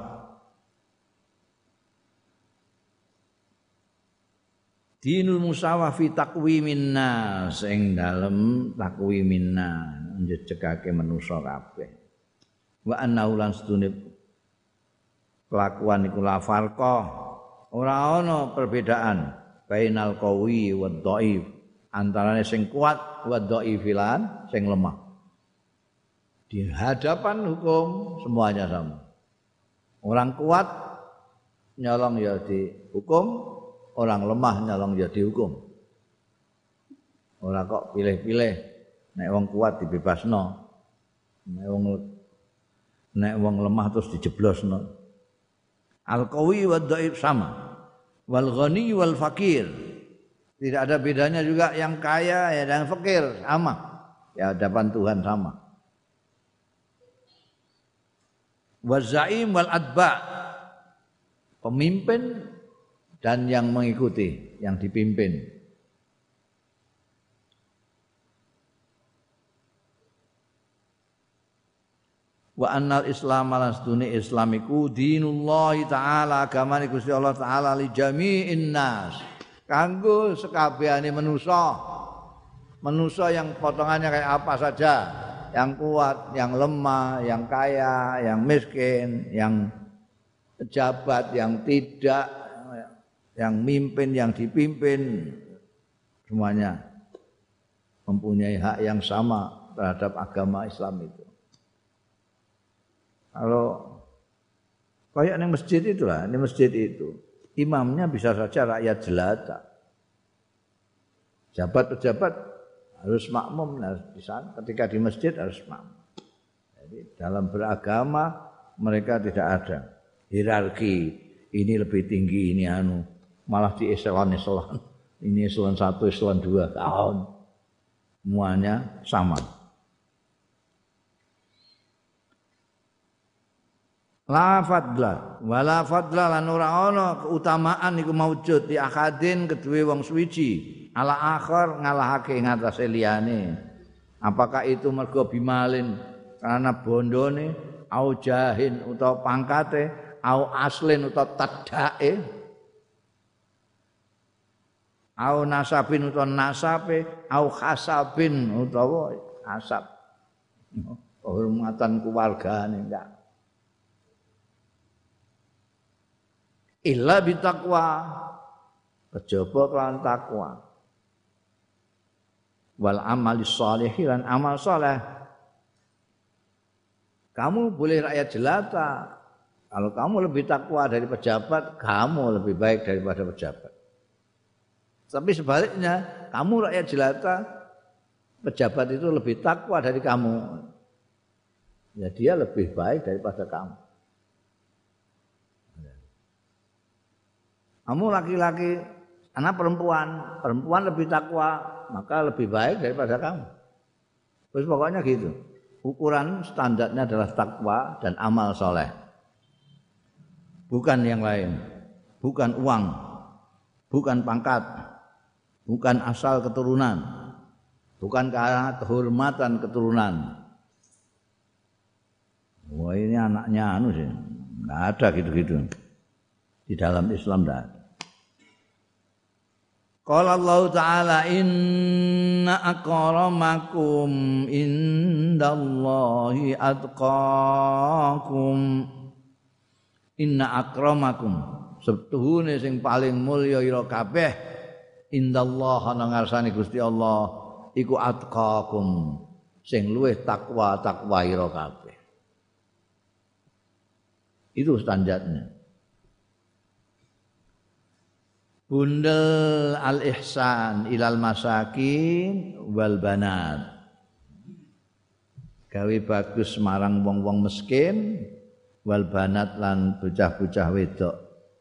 Dinul musawah fi taqwimin nas ing dalem taqwimin nas njejegake manusa kabeh. Wa annahu lan sedune kelakuan iku la farqa ora ana perbedaan bainal qawi wa dhaif, antarane sing kuat wa dhaif lan sing lemah. Di hadapan hukum semuanya sama. Orang kuat nyolong ya dihukum, orang lemah nyolong ya dihukum. Ora kok pilih-pilih, nek wong kuat dibebasno, nek wong lemah terus dijeblosno. Al-qawi wa dhaif sama. Wal ghani wal fakir. Tidak ada bedanya juga yang kaya ya dan fakir sama. Ya hadapan Tuhan sama. Wazaim wal adba, pemimpin dan yang mengikuti, yang dipimpin. Wa annal islam lan sedune islamiku dinullah taala, agamane Gusti Allah taala li jami'in nas, kanggo sekabehane manusa. Manusa yang potongannya kayak apa saja, yang kuat, yang lemah, yang kaya, yang miskin, yang pejabat, yang tidak, yang mimpin, yang dipimpin, semuanya mempunyai hak yang sama terhadap agama Islam itu. Kalau kayak di masjid itulah, di masjid itu imamnya bisa saja rakyat jelata. Pejabat-pejabat harus makmum di sana. Ketika di masjid harus makmum. Jadi dalam beragama mereka tidak ada hierarki. Ini lebih tinggi, ini malah di eselon-eselon. Ini eselon 1, eselon 2 tahun. Semuanya sama. La fadla wala fadla lan ora ana keutamaan iku maujud di akadin kedue wong suwiji ala akhir ngalahake ing atase liyane. Apakah itu mergo bimalin karena bondone au jahin utawa pangkate au aslin utawa tadake au nasabin utawa nasabe au hasabin utawa hasab kehormatan keluargane enggak. Illa bitaqwa, kejaba kelawan takwa. Wal amali shalih lan amal saleh. Kamu boleh rakyat jelata. Kalau kamu lebih takwa dari pejabat, kamu lebih baik daripada pejabat. Tapi sebaliknya, kamu rakyat jelata, pejabat itu lebih takwa dari kamu. Ya dia lebih baik daripada kamu. Kamu laki-laki, anak perempuan lebih takwa, maka lebih baik daripada kamu. Terus pokoknya gitu. Ukuran standarnya adalah takwa dan amal soleh. Bukan yang lain. Bukan uang. Bukan pangkat. Bukan asal keturunan. Bukan karena kehormatan keturunan. Wah ini anaknya sih. Nggak ada gitu-gitu. Di dalam Islam tidak ada. Qala Allah Ta'ala inna akramakum indallahi atqakum. Inna akramakum setuhune sing paling mulya ira kabeh indallah ana ngarsane Gusti Allah iku atqakum sing luwih takwa ira kabeh. Itu standarnya. Bundel al-ihsan ilal masakin wal banat. Gawe bagus marang wong-wong miskin wal banat lan bocah-bocah wedok.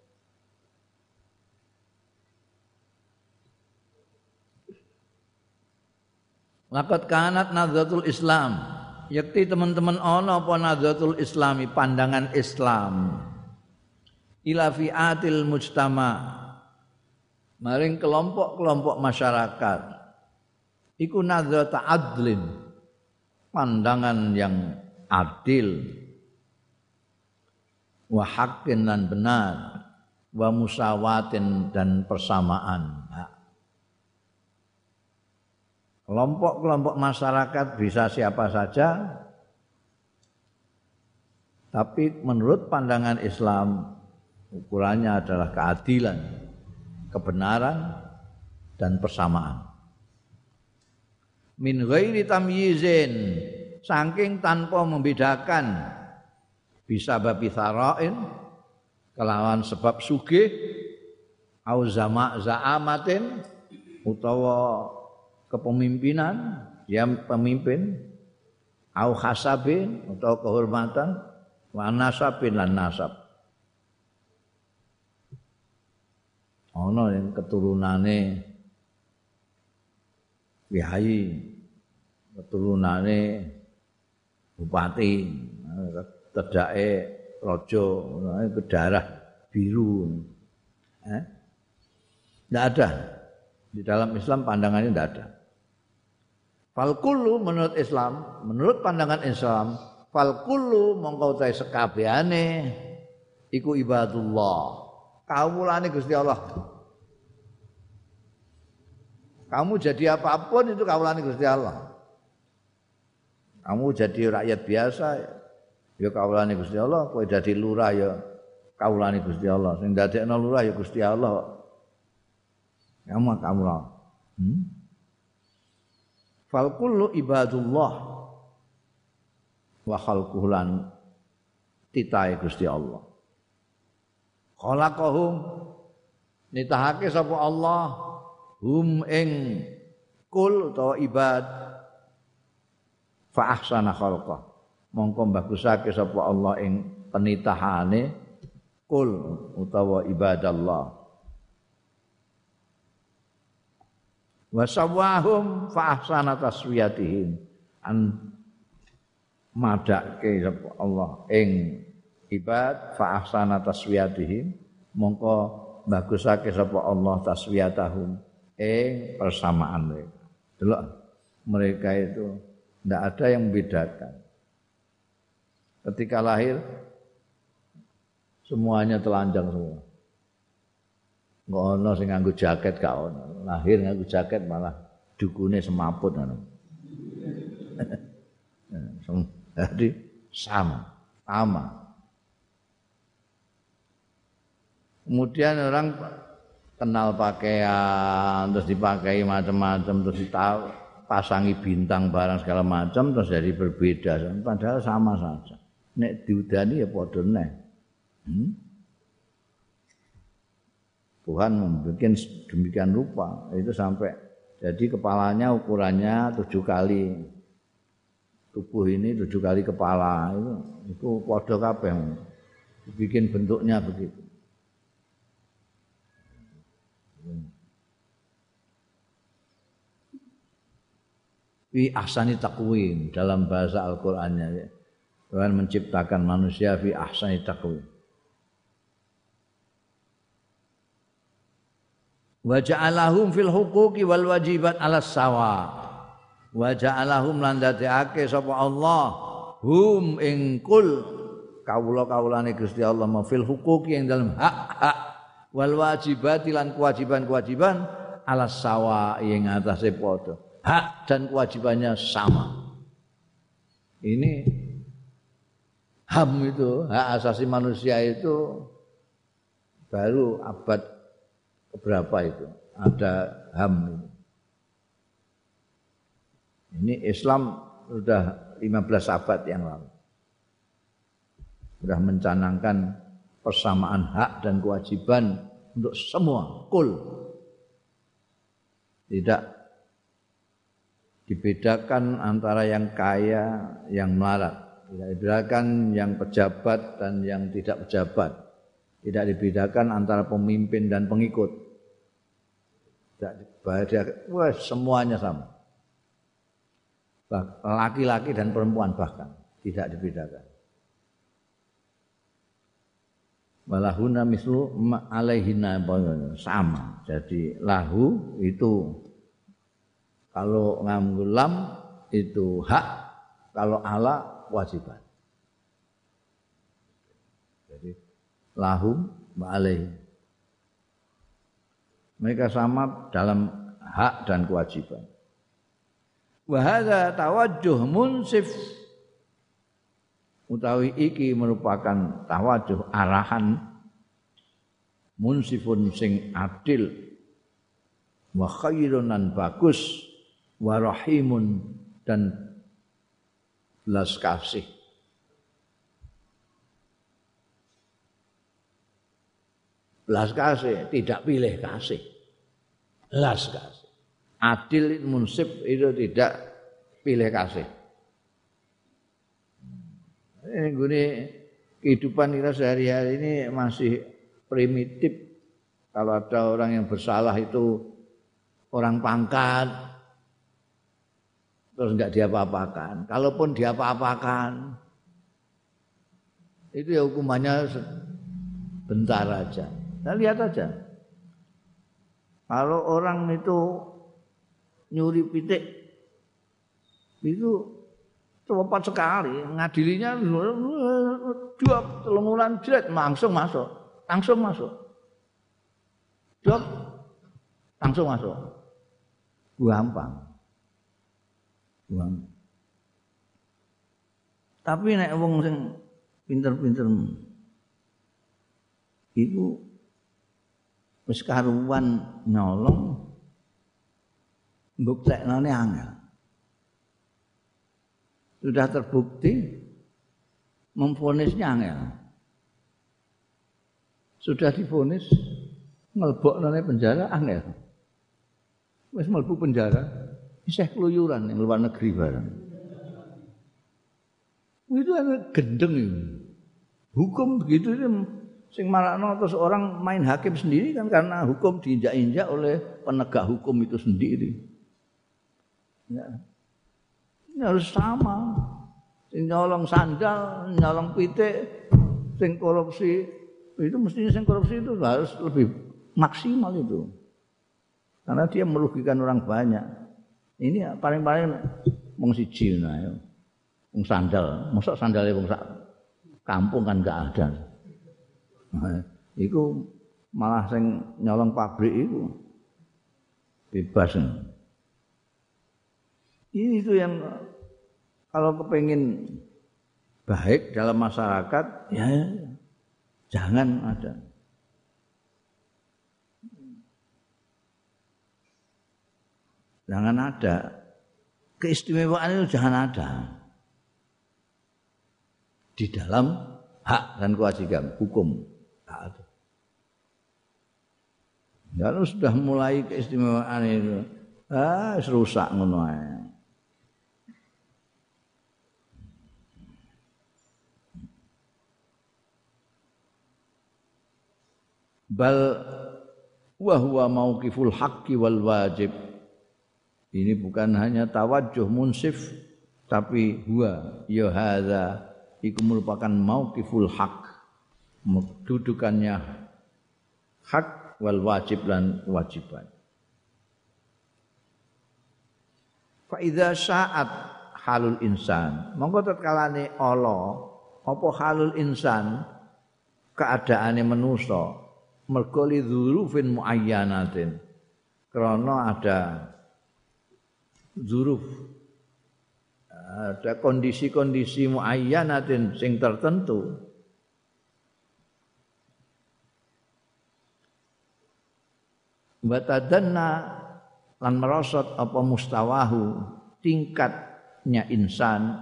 Laqad kanat nadzatul Islam. Yakti teman-teman ana apa nadzatul Islami pandangan Islam. Ila fi'atil mujtama' maring kelompok-kelompok masyarakat iku nadzata adlin pandangan yang adil wa haqqin lan benar wa musawatin dan persamaan. Kelompok-kelompok masyarakat bisa siapa saja tapi menurut pandangan Islam ukurannya adalah keadilan, kebenaran dan persamaan. Min ghairi tamyizin saking tanpa membedakan bisa babi tharain kelawan sebab sugih au za'amatin utawa kepemimpinan dia pemimpin au hasabin utawa kehormatan wa nasabin lan nasab ana yang keturunane kiai keturunane bupati tedake raja berdarah biru tidak ada di dalam Islam pandangannya tidak ada. Fal kullu menurut Islam, menurut pandangan Islam, fal kullu mongko ta sekabehane iku ibadullah. Kawulane Gusti Allah. Kamu jadi apapun itu kawulane Gusti Allah. Kamu jadi rakyat biasa ya kawulane Gusti Allah, kowe dadi lurah ya kawulane Gusti Allah. Sing dadekno lurah ya Gusti Allah. Kamu lah. Fal kullu ibadullah wa khalqulan titahe Gusti Allah. Khalaqahum nitahake sapa Allah hum ing kul utawa ibad fa ahsana khalqah. Mongko bagusake sapa Allah ing penitahane kul utawa ibadallah. Wa sawahum fa ahsana taswiyatihim an madake sapa Allah ing ibad fa ahsana taswiyatihim mongko bagusake sapa Allah taswiyatahum ing persamaan mereka. Delok mereka itu ndak ada yang membedakan. Ketika lahir semuanya telanjang semua. Enggak ono sing nganggo jaket gak ono. Lahir nganggo jaket malah dukune semaput ngono. Jadi sama. Kemudian orang kenal pakaian terus dipakai macam-macam terus pasangi bintang barang segala macam terus jadi berbeda padahal sama saja. Nek diudani ya padha neh. Tuhan membuat demikian rupa itu sampai jadi kepalanya ukurannya 7 kali tubuh ini 7 kali kepala itu padha kabeh bikin bentuknya begitu. Fi ahsani taqwim dalam bahasa Al-Qur'annya ya. Tuhan menciptakan manusia fi ahsani taqwim. Wa ja'alahum fil huquqi wal wajibat 'alas sawa. Wa ja'alahum lan dadekake sapa Allah hum ing kul kawula-kawulane Gusti Allah fil huquqi ing dalam hak-hak wal wajibati lan kewajiban-kewajiban 'alas sawa ing atase padha. Hak dan kewajibannya sama. Ini HAM itu, hak asasi manusia itu baru abad berapa itu ada HAM ini. Ini Islam sudah 15 abad yang lalu. Sudah mencanangkan persamaan hak dan kewajiban untuk semua, kul. Tidak dibedakan antara yang kaya, yang melarat. Tidak dibedakan yang pejabat dan yang tidak pejabat. Tidak dibedakan antara pemimpin dan pengikut. Tidak dibedakan, semuanya sama. Laki-laki dan perempuan bahkan tidak dibedakan. Walahuna mislu alaihina sama. Jadi lahu itu kalau nganggo lam itu hak, kalau ala wajiban. Jadi lahum wa alaihim. Mereka sama dalam hak dan kewajiban. Wa hadza tawajjuh munsif utawi iki merupakan tawajjuh arahan munsifun sing adil wa khairun bagus wa rahimun dan belas kasih. Belas kasih, tidak pilih kasih. Belas kasih. Adil munsif itu tidak pilih kasih. Ini kehidupan kita sehari-hari ini masih primitif. Kalau ada orang yang bersalah itu orang pangkat, terus enggak diapa-apakan. Kalaupun diapa-apakan, itu ya hukumannya bentar aja. Nah, lihat aja. Kalau orang itu nyuri pitik, itu cepat sekali. Ngadilinya 2-3 bulan jret, langsung masuk. Job, langsung masuk. Gampang. Tapi nek wong sing pinter-pinter iku wis karuan nyolong mbuktekne angel. Sudah terbukti memvonisnya angel. Sudah divonis ngelbokne penjara angel. Wis mlebu penjara isih keluyuran yang luar negeri barang. Itu gendeng itu. Hukum begitu itu sing marakno terus orang main hakim sendiri kan karena hukum diinjak-injak oleh penegak hukum itu sendiri. Ya. Ini harus sama. Sing nyolong sandal, nyolong pitik, sing korupsi itu mestinya sing korupsi itu harus lebih maksimal itu. Karena dia merugikan orang banyak. Ini paling-paling wong siji nah. Wong sandal, mosok sandale wong sak kampung kan enggak ada. Nah, iku malah sing nyolong pabrik iku bebas. Ini itu yang kalau kepengin baik dalam masyarakat ya jangan ada. Jangan ada. Keistimewaan itu jangan ada. Di dalam hak dan kewajiban hukum. Ada. Kalau sudah mulai keistimewaan itu, rusak ngono ae. Bal wa huwa mauqiful haqqi wal wajib. Ini bukan hanya tawajjuh munsif tapi huwa ya hadza iku merupakan mauqiful haq, dudukannya hak wal wajib dan kewajiban. Fa idza sya'at halul insan, monggo tatkalane ala apa halul insan keadaane manusa mergo li dzurufin muayyanatin, krana ada dzuruf, ada kondisi-kondisi muayyanatin sing tertentu. Batadanna lan merosot apa mustawahu tingkatnya insan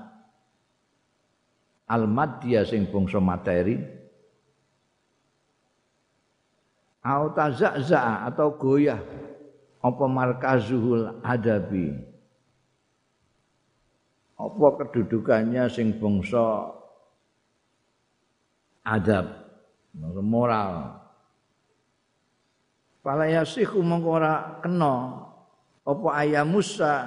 al-madya sing bangsa materi au tazazza atau goyah apa markazuhul adabi, apa kedudukannya sing bangsa adab moral. Fala yasihu mongko ora kena apa ayam Musa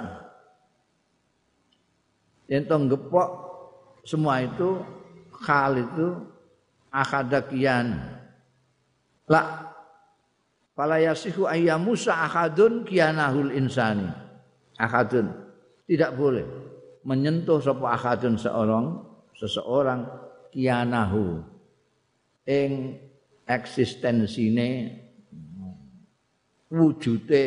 yen to ngepok semua itu hal itu akhadakian la fala yasihu ayam Musa akhadun kianahul insani akhadun tidak boleh menyentuh sapa akhadun seseorang kianahu ing eksistensine wujude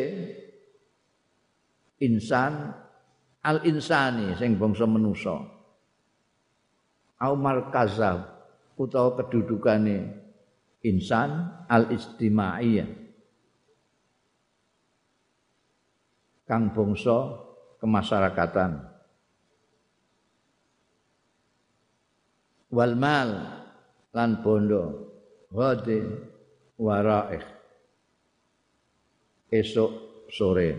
insan al-insani sing bangsa manusa au markazah utawa kedudukane insan al-istimaiyah kang bangsa kemasyarakatan wal mal lan bondo ghadi waraih esok sore.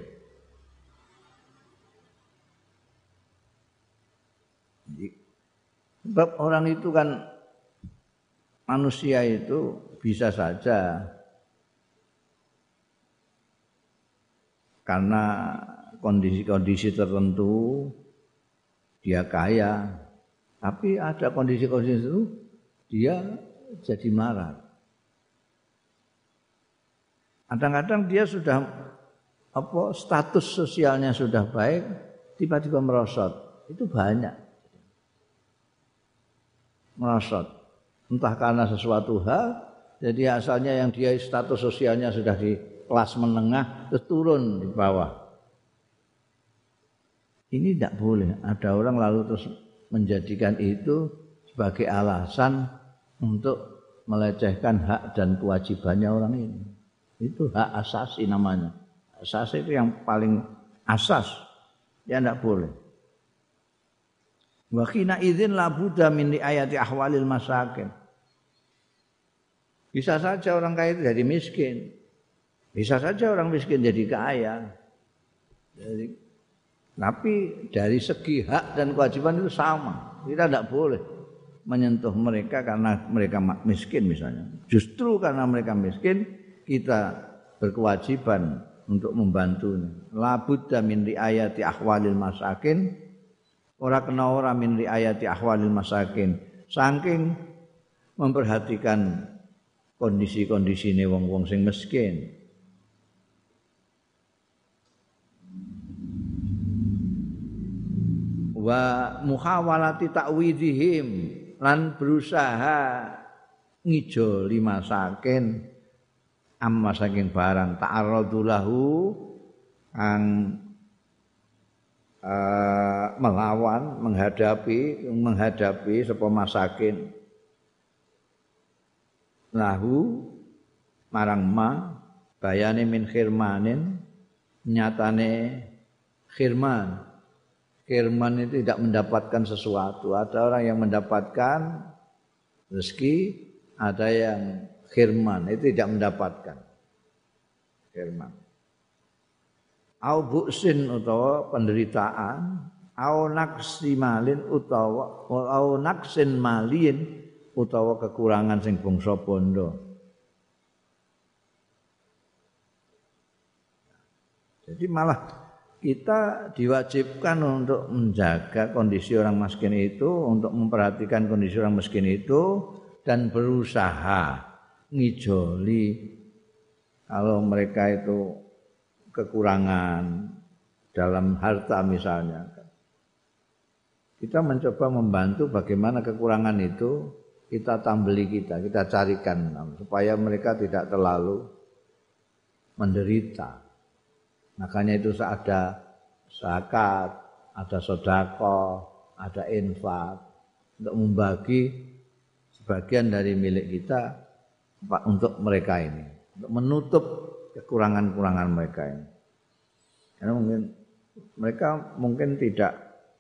Sebab orang itu kan manusia itu bisa saja karena kondisi-kondisi tertentu dia kaya, tapi ada kondisi-kondisi itu dia jadi melarat. Kadang-kadang dia sudah status sosialnya sudah baik, tiba-tiba merosot. Itu banyak. Merosot. Entah karena sesuatu hal, jadi asalnya yang dia status sosialnya sudah di kelas menengah, terus turun di bawah. Ini tidak boleh. Ada orang lalu terus menjadikan itu sebagai alasan untuk melecehkan hak dan kewajibannya orang ini. Itu hak asasi namanya. Asasi itu yang paling asas. Ya tidak boleh. Wa khina idzin la budda min ayati ahwalil masakin. Bisa saja orang kaya itu jadi miskin. Bisa saja orang miskin jadi kaya. Tapi dari segi hak dan kewajiban itu sama. Kita tidak boleh menyentuh mereka karena mereka miskin misalnya. Justru karena mereka miskin, kita berkewajiban untuk membantunya. La budda min riayati ahwalil masakin. Ora kena ora min riayati ahwalil masakin. Saking memperhatikan kondisi-kondisine wong-wong sing miskin. Wa muhawalati ta'widihim lan berusaha ngijoli masakin amma saking barang ta'arradu lahu kang melawan menghadapi sapa masakin lahu marang ma bayane min khirmanin nyatane khirman itu tidak mendapatkan sesuatu. Ada orang yang mendapatkan rezeki, ada yang khirman itu tidak mendapatkan khirman. Au buksin utawa penderitaan, au naksi malin utawa au naksin malin utawa kekurangan sing bangsa bondo. Jadi malah kita diwajibkan untuk menjaga kondisi orang miskin itu, untuk memperhatikan kondisi orang miskin itu dan berusaha ngijoli kalau mereka itu kekurangan dalam harta misalnya. Kita mencoba membantu bagaimana kekurangan itu kita tambeli kita carikan supaya mereka tidak terlalu menderita. Makanya itu ada zakat, ada sedekah, ada infak untuk membagi sebagian dari milik kita untuk mereka ini, untuk menutup kekurangan-kekurangan mereka ini. Karena mereka mungkin tidak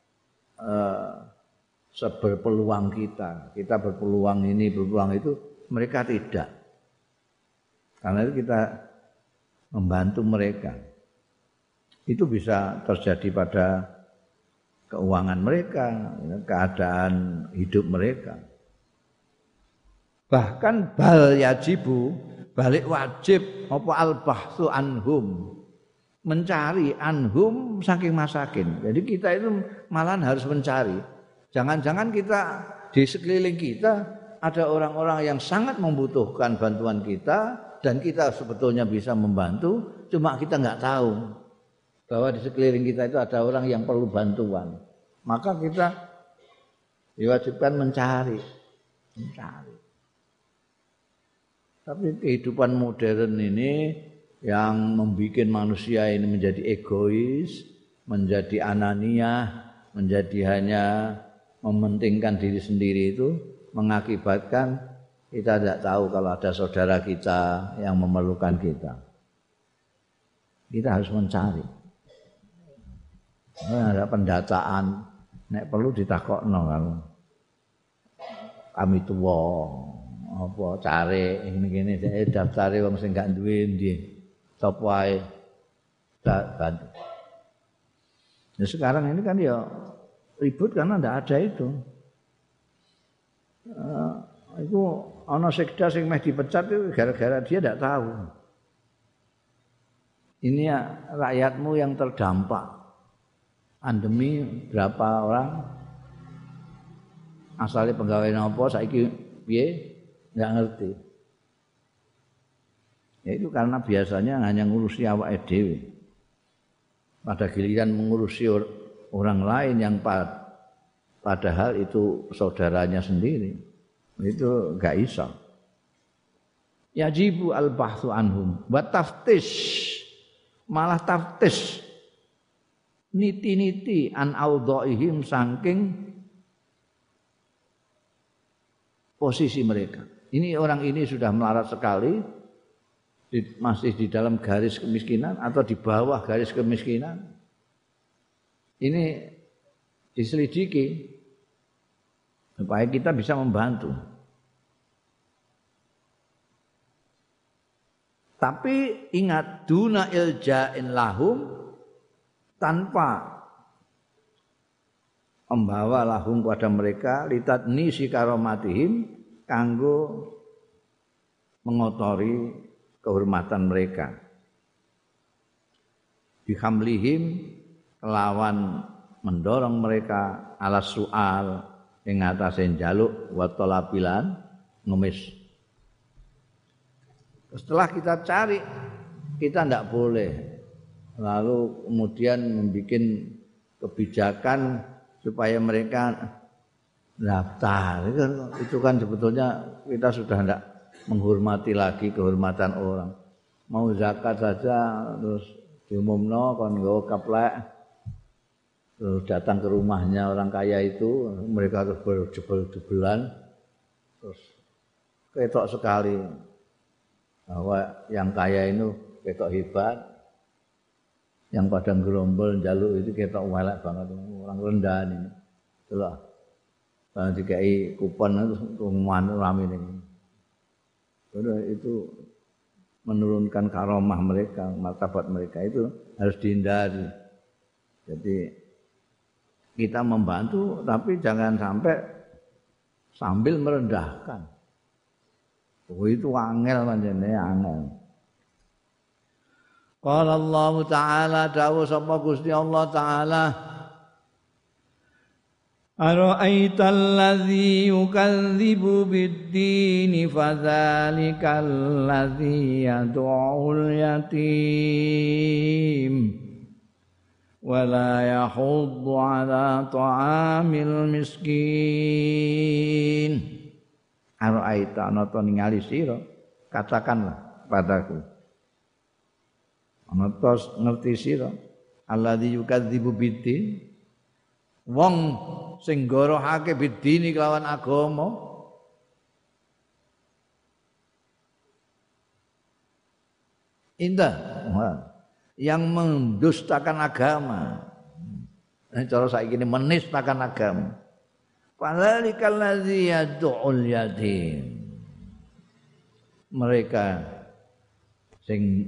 seberpeluang kita berpeluang ini, berpeluang itu, mereka tidak. Karena itu kita membantu mereka. Itu bisa terjadi pada keuangan mereka, keadaan hidup mereka. Bahkan bal yajibu, balik wajib apa al-bahtsu anhum, mencari anhum saking masakin. Jadi kita itu malahan harus mencari. Jangan-jangan kita di sekeliling kita ada orang-orang yang sangat membutuhkan bantuan kita dan kita sebetulnya bisa membantu, cuma kita enggak tahu bahwa di sekeliling kita itu ada orang yang perlu bantuan. Maka kita diwajibkan mencari. Tapi kehidupan modern ini yang membuat manusia ini menjadi egois, menjadi ananiah, menjadi hanya mementingkan diri sendiri itu mengakibatkan kita tidak tahu kalau ada saudara kita yang memerlukan kita. Kita harus mencari. Ada pendataan, nek perlu ditakokno kalau kami tuwa apa care ngene daftare wong sing gak duwe ndi sapa ae bantu. Nah sekarang ini kan ya ribut karena ndak ada itu. Itu ana sekda sing meh dipecat itu gara-gara dia ndak tahu. Ini ya rakyatmu yang terdampak pandemi berapa orang asalnya pegawai napa saiki piye nggak ngerti. Ya itu karena biasanya hanya ngurusi awake dhewe. Pada giliran mengurusi orang lain yang padahal itu saudaranya sendiri. Itu enggak iso. Yajibu al-bahthu anhum wa taftish. Malah taftish niti-niti an audhaihim saking posisi mereka. Ini orang ini sudah melarat sekali, masih di dalam garis kemiskinan atau di bawah garis kemiskinan. Ini diselidiki supaya kita bisa membantu. Tapi ingat duna ilja'in lahum tanpa membawa lahum pada mereka litatni si karomatihim kanggo mengotori kehormatan mereka. Bihamlihim kelawan mendorong mereka ala soal ing atase njaluk wa talabilan ngemis. Setelah kita cari kita ndak boleh lalu kemudian membuat kebijakan supaya mereka daftar. Itu kan sebetulnya kita sudah tidak menghormati lagi kehormatan orang. Mau zakat saja terus diumumno kon nggawa kaplek terus datang ke rumahnya orang kaya itu mereka terus berjebel-jebelan terus ketok sekali bahwa yang kaya itu ketok hebat, yang pada gerombol jaluk itu ketok welek banget orang rendah ini. Itulah kalau dikai kupon itu manut rame ini. Itu menurunkan karomah mereka, martabat mereka itu harus dihindari. Jadi kita membantu tapi jangan sampai sambil merendahkan. Oh itu angel pancene angel. Qala Allah Ta'ala dawuh sapa Gusti Allah Ta'ala Ara'aital ladzi yukadzibu bid-dini fadzalikal ladzi yad'ul yatim wa la yahuddu 'ala ta'amil miskin. Ara'aita ana to ningali sira katakanlah padaku ana to ngerti sira alladzi yukadzibu bid-din wong sing gorohake bidini kelawan agama indah yang mendustakan agama cara saiki ini menistakan agama fadzalikal ladzi yad'ul yatim mereka sing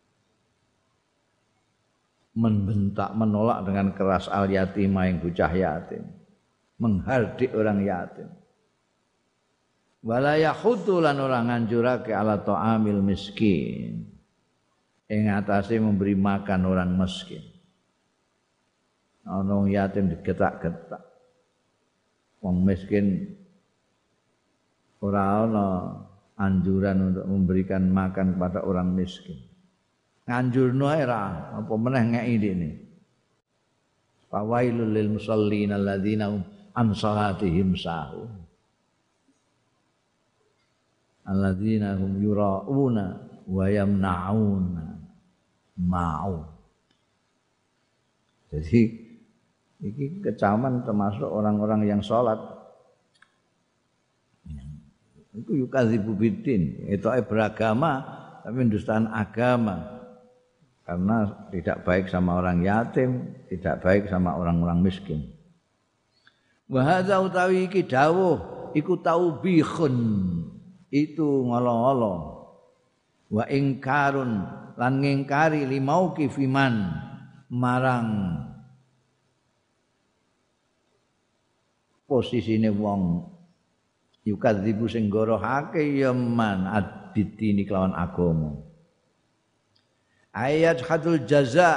membentak menolak dengan keras al yatim yang bocah yatim menghardik orang yatim wala yahudu lan ora nganjurake ala ta'amil miskin ing atase memberi makan orang miskin ana yatim digetak-getak wong miskin ora ana anjuran untuk memberikan makan kepada orang miskin nganjurno ae ra apa meneh ngeki ndekne fawailul lil musallin alladzina an salatihim sahun alladzina hum yura'una wa yamna'una ma'un. Jadi iki kecaman termasuk orang-orang yang sholat. Itu yukadzibu biddin, itu beragama tapi mendustaan agama. Karena tidak baik sama orang yatim, tidak baik sama orang-orang miskin. Wa hadza utawi iki dawuh iku taubihun itu ngolo-ngolo wa ingkarun lan ngingkari limauki fiman marang posisine wong yukadzibu sing gorohake ya man adbidini kelawan agama ayat hadul jaza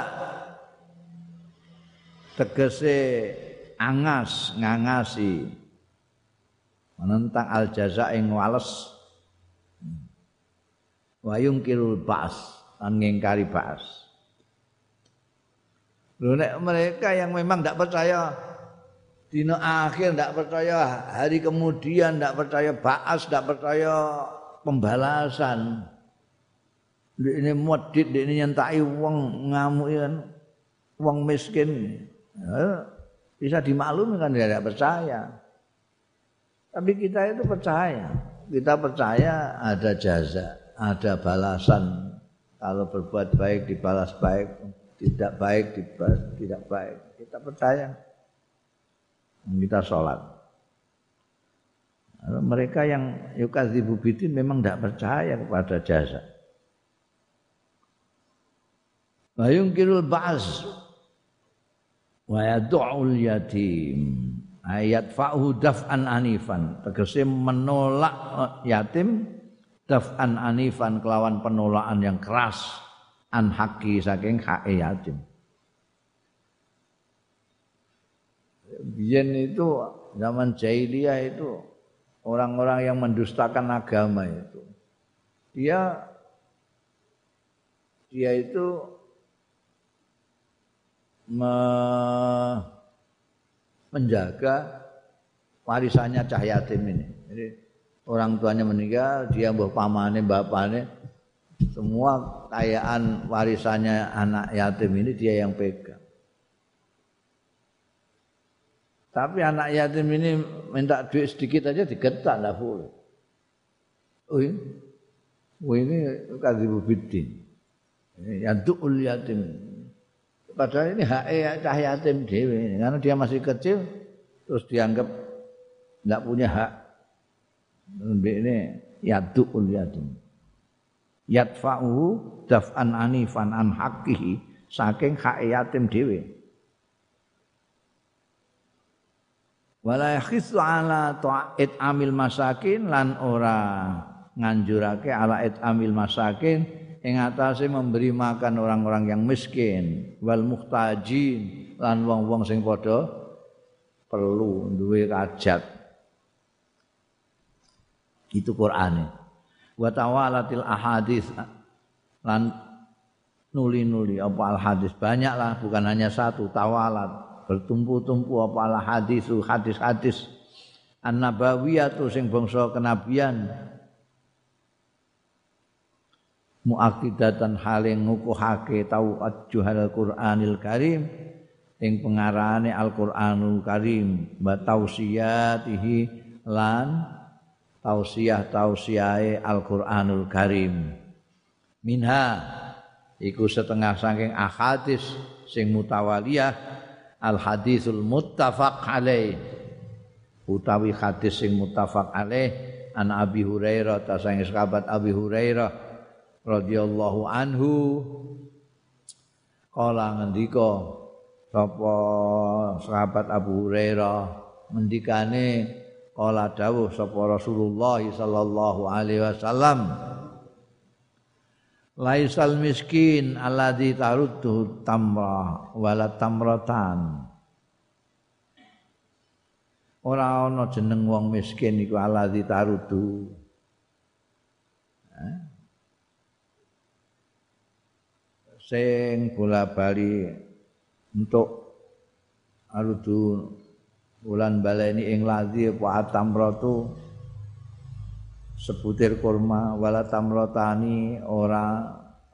tegese angas ngangasi menentang al jaza ing wales wayung kirul ba's lan ngingkari ba's. Lho nek mereka yang memang tidak percaya dina akhir, tidak percaya hari kemudian, tidak percaya ba's, tidak percaya pembalasan. Ini modit, ini nyentai wong ngamuk kan, wong miskin. Bisa dimaklumi kan dia tidak percaya. Tapi kita itu percaya. Kita percaya ada jaza, ada balasan. Kalau berbuat baik dibalas baik, tidak baik dibalas tidak baik. Kita percaya. Kita sholat. Mereka yang yukadzibu bidin memang tidak percaya kepada jaza. Wa yungkirul ba's wa yad'ul yatim ayat fa'hu daf'an anifan tegese menolak yatim daf'an anifan kelawan penolakan yang keras an haqi saking hak yatim. Biyen itu zaman jahiliyah itu orang-orang yang mendustakan agama itu dia itu menjaga warisannya cah yatim ini. Jadi orang tuanya meninggal, dia mbah pamane, bapane, semua kekayaan warisannya anak yatim ini dia yang pegang. Tapi anak yatim ini minta duit sedikit aja digetak enggak boleh. Oh ini kadzibu bidin. Yadul yatim. Padahal ini hak cah yatim dhewe karena dia masih kecil terus dianggap enggak punya hak. Ini yadul yatim. Yadfa'u daf'an anifan an haqqihi saking hak yatim dhewe. Wala yakhisu ala ta'id amil masakin lan ora nganjurake ala amil masakin ing atase memberi makan orang-orang yang miskin wal muhtajin lan wong-wong sing padha perlu duwe hajat. Itu Qur'ane. Wa tawalatil ahadits lan nuli-nuli apa al hadis banyaklah bukan hanya satu tawalat bertumpu-tumpu apa hadis-hadis an-nabawiyatu sing bangsa kenabian muakidatan haling ngukuhake taujuhal Qur'anil Karim ing pengarane Al-Qur'anul Karim wa tausiyatihi lan tausiyahe Al-Qur'anul Karim minha iku setengah saking ahadis sing mutawaliyah al hadisul muttafaq alaih utawi hadis sing muttafaq alaih an Abi Hurairah ta sang sahabat Abi Hurairah radhiyallahu anhu kala ngendika sapa sahabat Abu Hurairah ngendikane kala dawuh sapa Rasulullah sallallahu alaihi wasallam laisal miskin alladzi taruddu tamra wala tamratan. Ora ana jeneng wong miskin iku alladzi taruddu. Sing bola-bali untuk arudu bulan baleni ing ladzi apa tamratu sebutir kurma wala tamrotani ora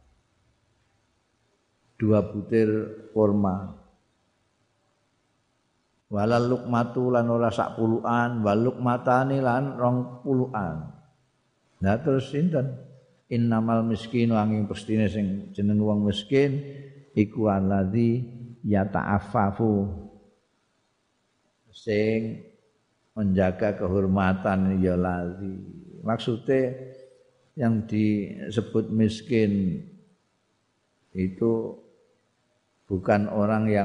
2 butir kurma wala lukmatu lan ora sak puluhan wal lukmatani lan 20. Nah terus sinten innamal miskinu angin pestine sing jeneng wong miskin iku alladzi yata'affafu sing menjaga kehormatan ya lazi. Maksudnya yang disebut miskin itu bukan orang yang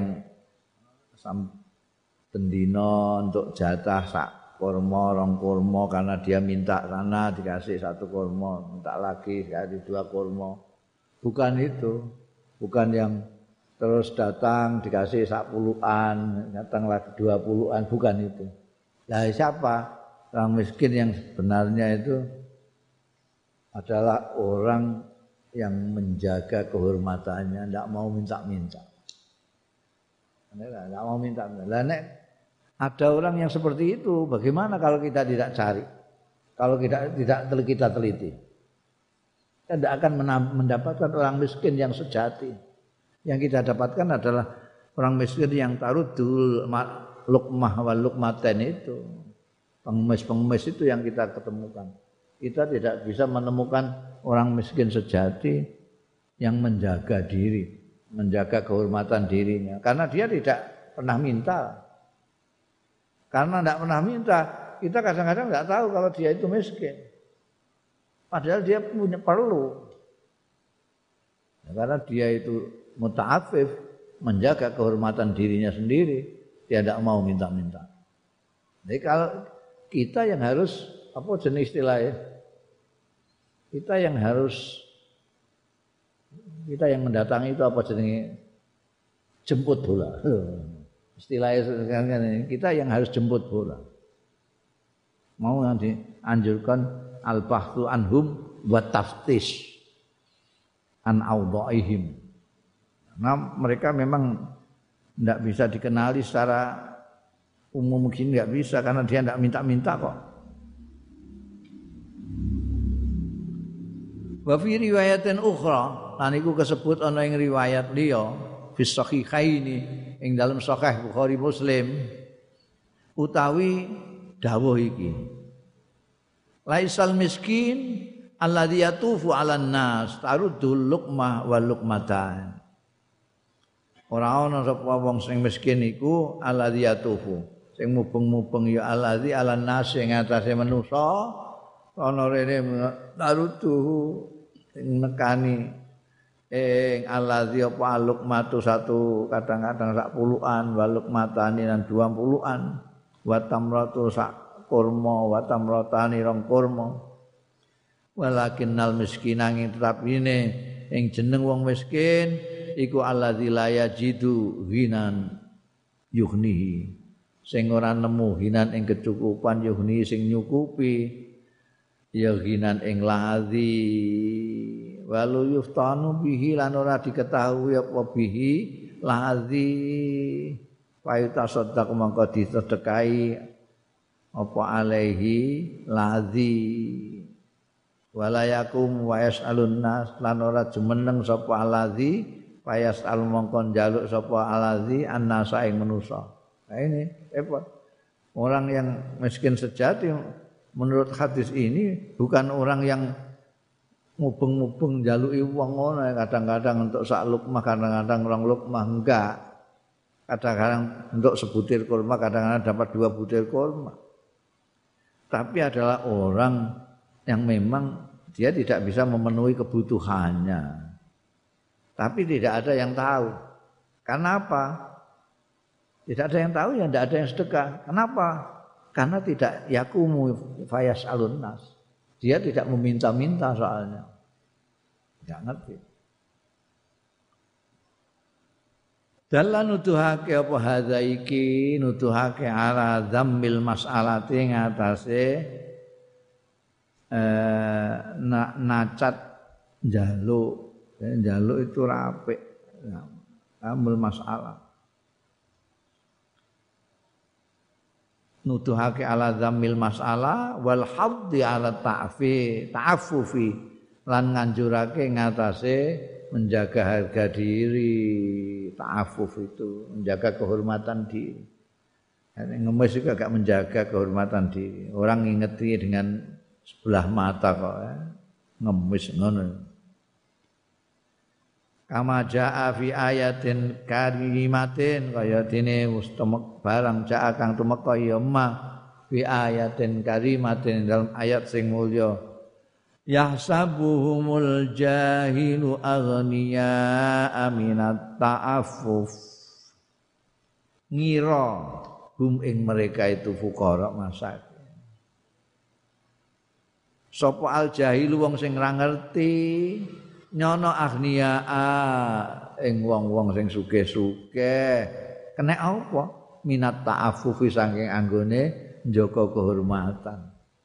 bendino untuk jatah sak kurma, rong kurma karena dia minta sana dikasih satu kurma, minta lagi dikasih dua kurma. Bukan itu. Bukan yang terus datang dikasih sak puluhan, datang lagi 20-an, bukan itu. Lah siapa? Orang miskin yang sebenarnya itu adalah orang yang menjaga kehormatannya, tidak mau minta-minta. Tidak mau minta-minta. Lah nek ada orang yang seperti itu, bagaimana kalau kita tidak cari? Kalau kita teliti? Kita tidak akan mendapatkan orang miskin yang sejati. Yang kita dapatkan adalah orang miskin yang tarudul luqmah wal luqmaten itu. Pengemis-pengemis itu yang kita ketemukan. Kita tidak bisa menemukan orang miskin sejati yang menjaga diri, menjaga kehormatan dirinya. Karena dia tidak pernah minta. Karena tidak pernah minta, kita kadang-kadang tidak tahu kalau dia itu miskin. Padahal dia punya perlu. Karena dia itu muta'afif, menjaga kehormatan dirinya sendiri, dia tidak mau minta-minta. Jadi kalau kita yang harus, apa jenis istilahnya? Kita yang mendatangi itu apa jenis? Jemput bola. Istilahnya sekarang kita yang harus jemput bola. Mau yang dianjurkan al-bahthu anhum wa taftish an awdaihim. Nah, mereka memang tidak bisa dikenali secara umum, mungkin tidak bisa karena dia tidak minta-minta kok. Wa fi riwayatin ukhra, lan iku kesebut ana ing riwayat liya fi sahihaini ing dalam Sahih Bukhari Muslim utawi dawuh iki. Laisal miskin alladzi yatufu 'alan nas tarudul luqmah wal luqmatan. Ora ana sapa wong sing miskin iku alladzi yatufu, sing mubeng-mubeng ya alladzi 'alan nas ing atase manusa ana rene taruduh sing nekani alladzi apa luqmatu satu kadang-kadang sak puluhan wa luqmatani lan 20-an wa tamratu sak kurma wa tamratani rong kurma walakinnal miskinan ing tetapine ing jeneng wong miskin iku alladzi la yajidu ghinan yughnihi sing ora nemu hinan ing kecukupan yughni sing nyukupi ya ghinan ing ladzi walu yuftanu bihi lan ora diketahui apa bihi ladzi fayuta saddaq mangko disedekahi apa alaihi ladzi walayakum wa yasalun nas lan ora jumeneng sapa ladzi fayasal mangko njaluk sapa ladzi annasa ing manusa. Nah ini repot. Orang yang miskin sejati menurut hadis ini bukan orang yang mubeng-mubeng jaluki wong ngono kadang-kadang untuk sak lukmah kadang-kadang rong lukmah enggak. Kadang-kadang untuk sebutir kurma kadang-kadang dapat 2 butir kurma. Tapi adalah orang yang memang dia tidak bisa memenuhi kebutuhannya. Tapi tidak ada yang tahu. Karena apa? Tidak ada yang tahu ya tidak ada yang sedekah. Kenapa? Karena tidak yakumu fayas alun nas. Dia tidak meminta-minta soalnya. Enggak ngerti. Dalan nuduhake apa hadza iki nuduhake ala dzammil mas'alati ngatasé nacat njaluk. Njaluk itu apik. Amul masalah. Nuduhake ala dzammil masalah wal haddi ala ta'affufi lan nganjurake ngatasé menjaga harga diri. Ta'affuf itu menjaga kehormatan diri. Ngemis juga agak menjaga kehormatan diri. Orang ngingeti dengan sebelah mata kok ngemis ngono. Kama jaa fi ayatin karimatin kaya dene mustemek barang jaa kang tumeka ya ma bi ayatin karimatin dalam ayat sing mulya yahsabuhumul jahilu aghniya aminat ta'affuf ngira hum ing mereka itu fuqara masakin sapa al jahilu wong sing ora ngerti nyono aghniya ing wong-wong sing sugih-sugih kena apa minat ta'affufi saking anggone njaga kehormatan.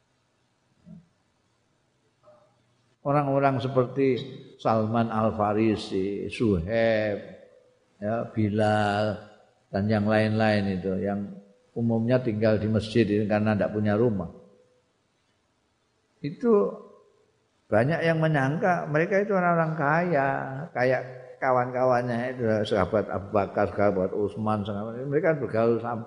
Orang-orang seperti Salman Al-Farisi, Suhaib, ya, Bilal dan yang lain-lain itu yang umumnya tinggal di masjid ini karena tidak punya rumah. Itu banyak yang menyangka mereka itu orang-orang kaya, kayak kawan-kawannya itu sahabat Abu Bakar, sahabat Utsman, mereka bergaul sama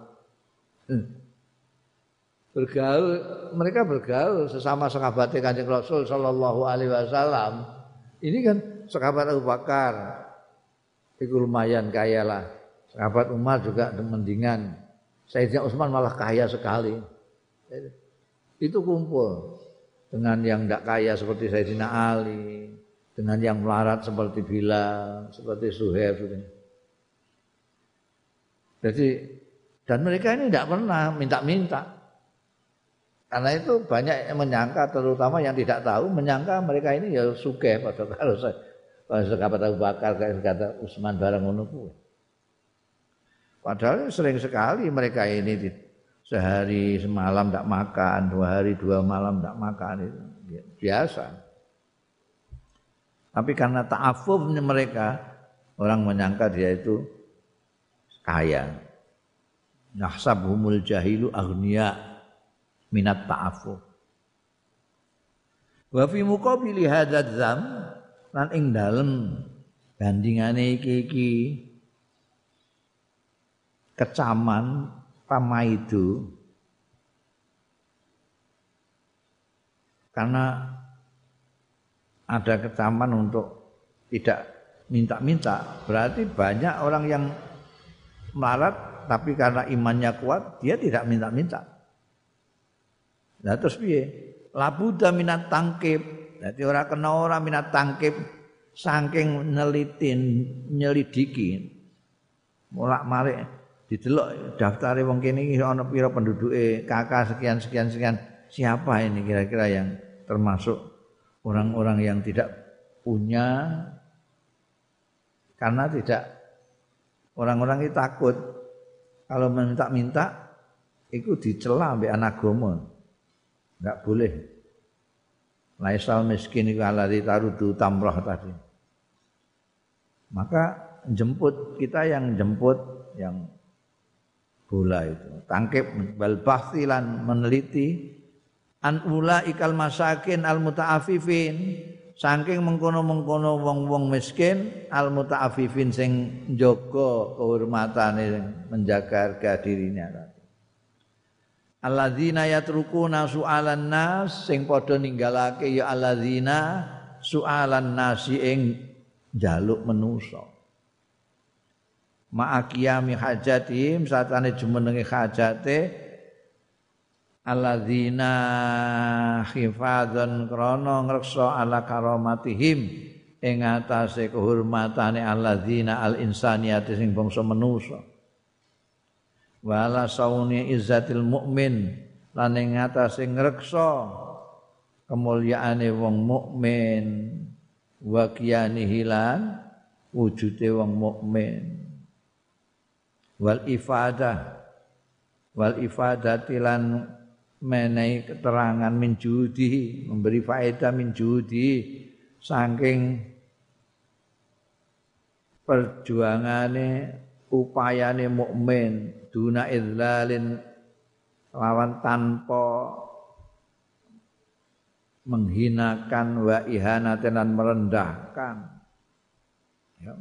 mereka bergaul sesama sahabat Kanjeng Rasul sallallahu alaihi wasallam. Ini kan sahabat Abu Bakar itu lumayan kaya lah. Sahabat Umar juga mendingan. Sayyidina Utsman malah kaya sekali. Itu kumpul dengan yang tidak kaya seperti Sayyidina Ali, dengan yang melarat seperti Bilal, seperti Suhaib. Jadi dan mereka ini tidak pernah minta-minta. Karena itu banyak yang menyangka, terutama yang tidak tahu, menyangka mereka ini ya sugih padahal kalau sahabat Abu Bakar kayak kata Utsman barang ngono kuwi. Padahal sering sekali mereka ini sehari semalam tidak makan, 2 hari 2 malam tidak makan itu biasa. Tapi karena ta'affufnya mereka, orang menyangka dia itu kaya. Nahsabuhumul jahilu aghniya minat ta'affuf. Wa fi muqabili hadzal dzam lan ing dalem bandingane iki kecaman pamaidu karena ada kecaman untuk tidak minta-minta, berarti banyak orang yang melarat tapi karena imannya kuat dia tidak minta-minta. Nah terus piye? Labuda minat tangkib. Dadi ora kena ora minat tangkib saking nyelidiki. Mulak-malik didelok daftare wong kene iki ana pira penduduke, kakak sekian. Siapa ini kira-kira yang termasuk orang-orang yang tidak punya karena tidak orang-orang itu takut kalau minta-minta itu dicela mbek anak agama. Enggak boleh. Laisal miskin iku alladzi tarudu tamrah tadi. Maka jemput kita yang jemput yang bola itu. Tangkib bal bahsilan meneliti an ulaikal masakin al muta'affifin saking mengkono-mengkono wong-wong miskin al muta'affifin sing njaga kehormatane menjaga harga dirinya. Alladzina yatrukuna su'alan nas sing padha ninggalake ya alladzina su'alan nasi ing njaluk manusa. Ma'aqiyami hajatim satane jumenenge hajate alladzina hifadzan krana ngreksa ala karamatihim ing atase kehormatane alladzina al insaniyati sing bangsa manusa. Wala sauni izzatil mukmin lan ing atase ngreksa kemulyaane wong mukmin wa qiyanihi lan wujude wong mukmin wal ifadati lan menehi keterangan min judi memberi faedah min judi saking perjuangane upayane mukmin duna idlalin lawan tanpa menghinakan wa ihanatan dan merendahkan ya.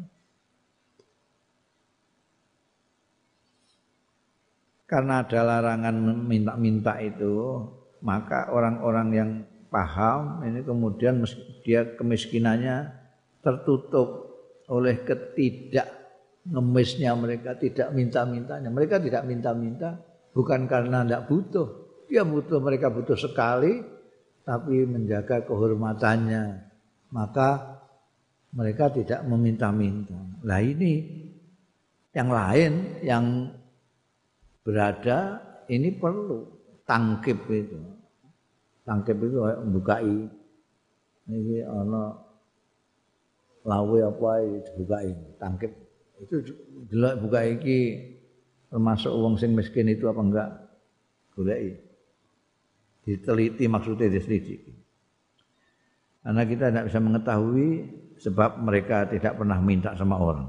Karena ada larangan minta-minta itu maka orang-orang yang paham ini kemudian dia kemiskinannya tertutup oleh ketidak ngemisnya mereka, tidak minta-mintanya. Mereka tidak minta-minta bukan karena tidak butuh. mereka butuh sekali, tapi menjaga kehormatannya, maka mereka tidak meminta-minta. Lah ini yang lain yang berada ini perlu tangkib itu. Tangkib itu bukai. Ini ana lawe apa dibukai, tangkib. Itu delok buka iki termasuk wong sing miskin itu apa enggak? Goleki. Diteliti maksudnya diselidiki. Karena kita tidak bisa mengetahui sebab mereka tidak pernah minta sama orang.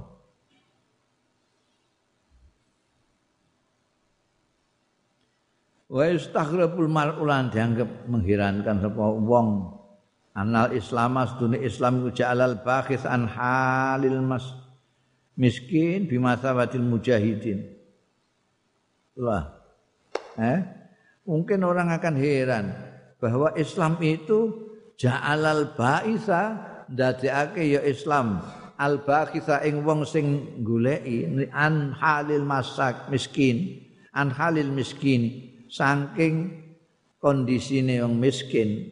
Wa istaghrabul mar'ulan dianggap mengherankan sapa wong anal Islam asdune Islam iku ja'alal bakhis an halil miskin bimasawatil mujahidin. Wah. Mungkin orang akan heran bahwa Islam itu ja'alal ba'isa ndadekake ya Islam al-bakhisa ing wong sing goleki an halil miskin, an halil miskin saking kondisine wong miskin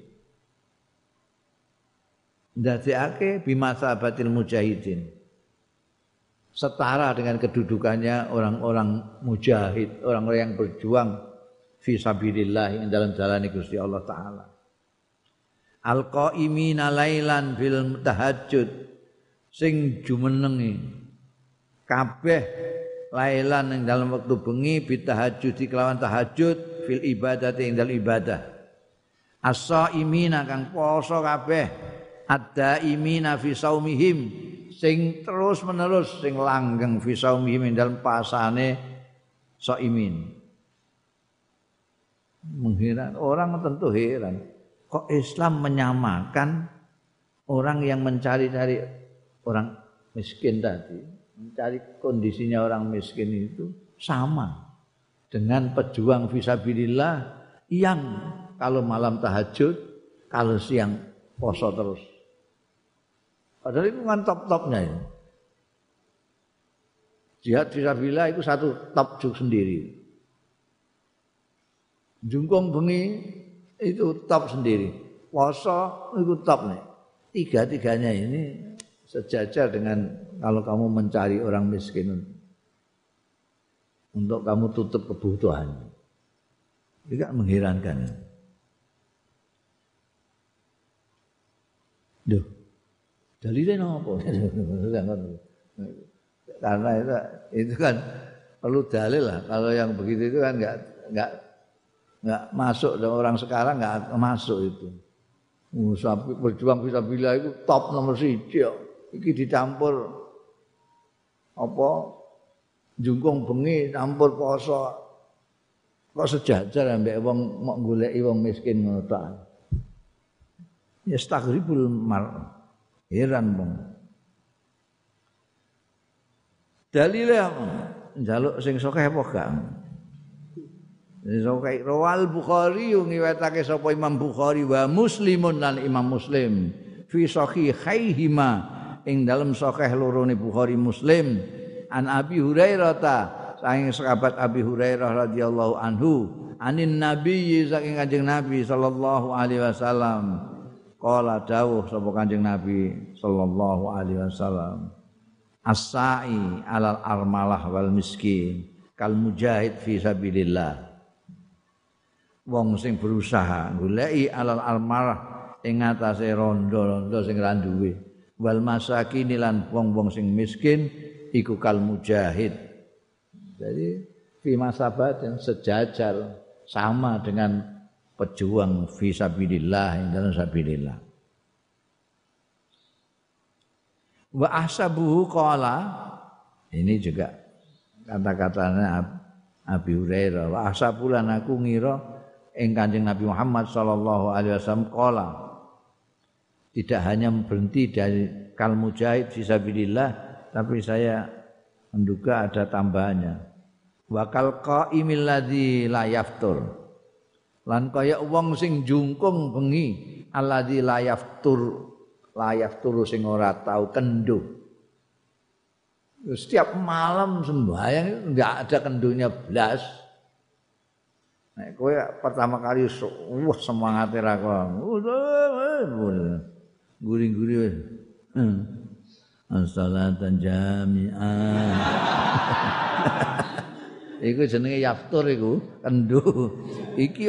ndadekake bimasabatil mujahidin setara dengan kedudukannya orang-orang mujahid, orang-orang yang berjuang fi sabilillah ing dalam jalan Gusti Allah taala. Al-qaimina lailan bil tahajjud sing jumenengi kabeh lailan ing dalam wektu bengi bitahajjud kelawan tahajud fil ibadati ing dalam ibadah. As-saimina kang poso kabeh ad-daimina fi saumihim sing terus-menerus sing langgeng fi saumihim ing dalam pasane saimin. Mengheran orang tentu heran. Kok Islam menyamakan orang yang mencari-cari orang miskin tadi, mencari kondisinya orang miskin itu sama dengan pejuang fisabilillah yang kalau malam tahajud, kalau siang poso terus. Padahal itu kan top-topnya ya. Jihad fisabilillah itu satu top sendiri. Jungkong bengi itu top sendiri. Puasa itu top nih. Tiga-tiganya ini sejajar dengan kalau kamu mencari orang miskin untuk kamu tutup kebutuhan. Juga mengherankan. Duh, dalilnya apa? Karena itu kan perlu dalil lah. Kalau yang begitu itu kan enggak masuk dan orang sekarang enggak masuk itu. Berjuang fisabilillah itu top nomor 1. Iki dicampur apa jungkung bengi campur poso. Kok sejajar ambek wong mok goleki wong miskin ngono ta. Ya staghribul mar. Heran wong. Dalile njaluk sing sokeh apa gak? Sokeh rawal Bukhari ngiwetake sapa Imam Bukhari wa Muslimun lan Imam Muslim fi sahihaihima ing dalem sahih lorone Bukhari Muslim an Abi Hurairah ta saking sahabat Abi Hurairah radhiyallahu anhu anin Nabi saking Kanjeng Nabi sallallahu alaihi wasallam qala dawuh sapa Kanjeng Nabi sallallahu alaihi wasallam as-sa'i alal armalah wal miskin kal mujahid fi sabilillah wong sing berusaha goleki alal armalah ing atase rondo-rondo sing ra duwe wal masakin lan wong-wong sing miskin iku kal mujahid. Jadi fi masabat yang sejajar sama dengan pejuang fi sabilillah dalam sabilillah. Wa ahsabuhu qala ini juga kata-katanya Abi Hurairah wa ahsabulan aku ngira ing Kanjeng Nabi Muhammad sallallahu alaihi wasallam qala tidak hanya berhenti dari kal mujahid fisabilillah tapi saya menduga ada tambahannya wa kal qaimil ladzi la yaftur lan kaya wong sing jungkung bengi alladzi la yaftur sing ora tau kendho setiap malam sembahyang enggak ada kendunya blas Nek kowe pertama kali wah semangate ra kon. Guri-guri wis. As-salatan jami'ah. Iku jenenge yaftur iku, kendu. Iki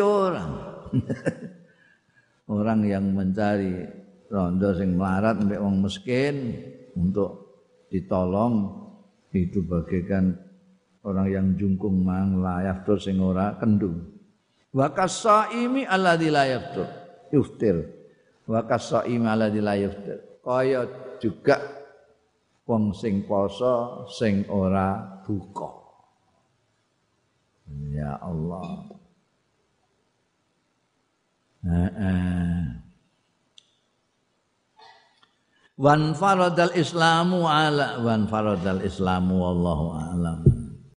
orang yang mencari rondo sing melarat mbek wong miskin untuk ditolong itu bagaikan orang yang jungkung mang la yaftur sing ora kendu. Wa kasaimi alladzi la yaftur. Yuftir. Wa kasaimi alladzi la yuftir. Kaya juga wong sing poso sing ora buka. Ya Allah. Wan faradal islamu wallahu a'lam.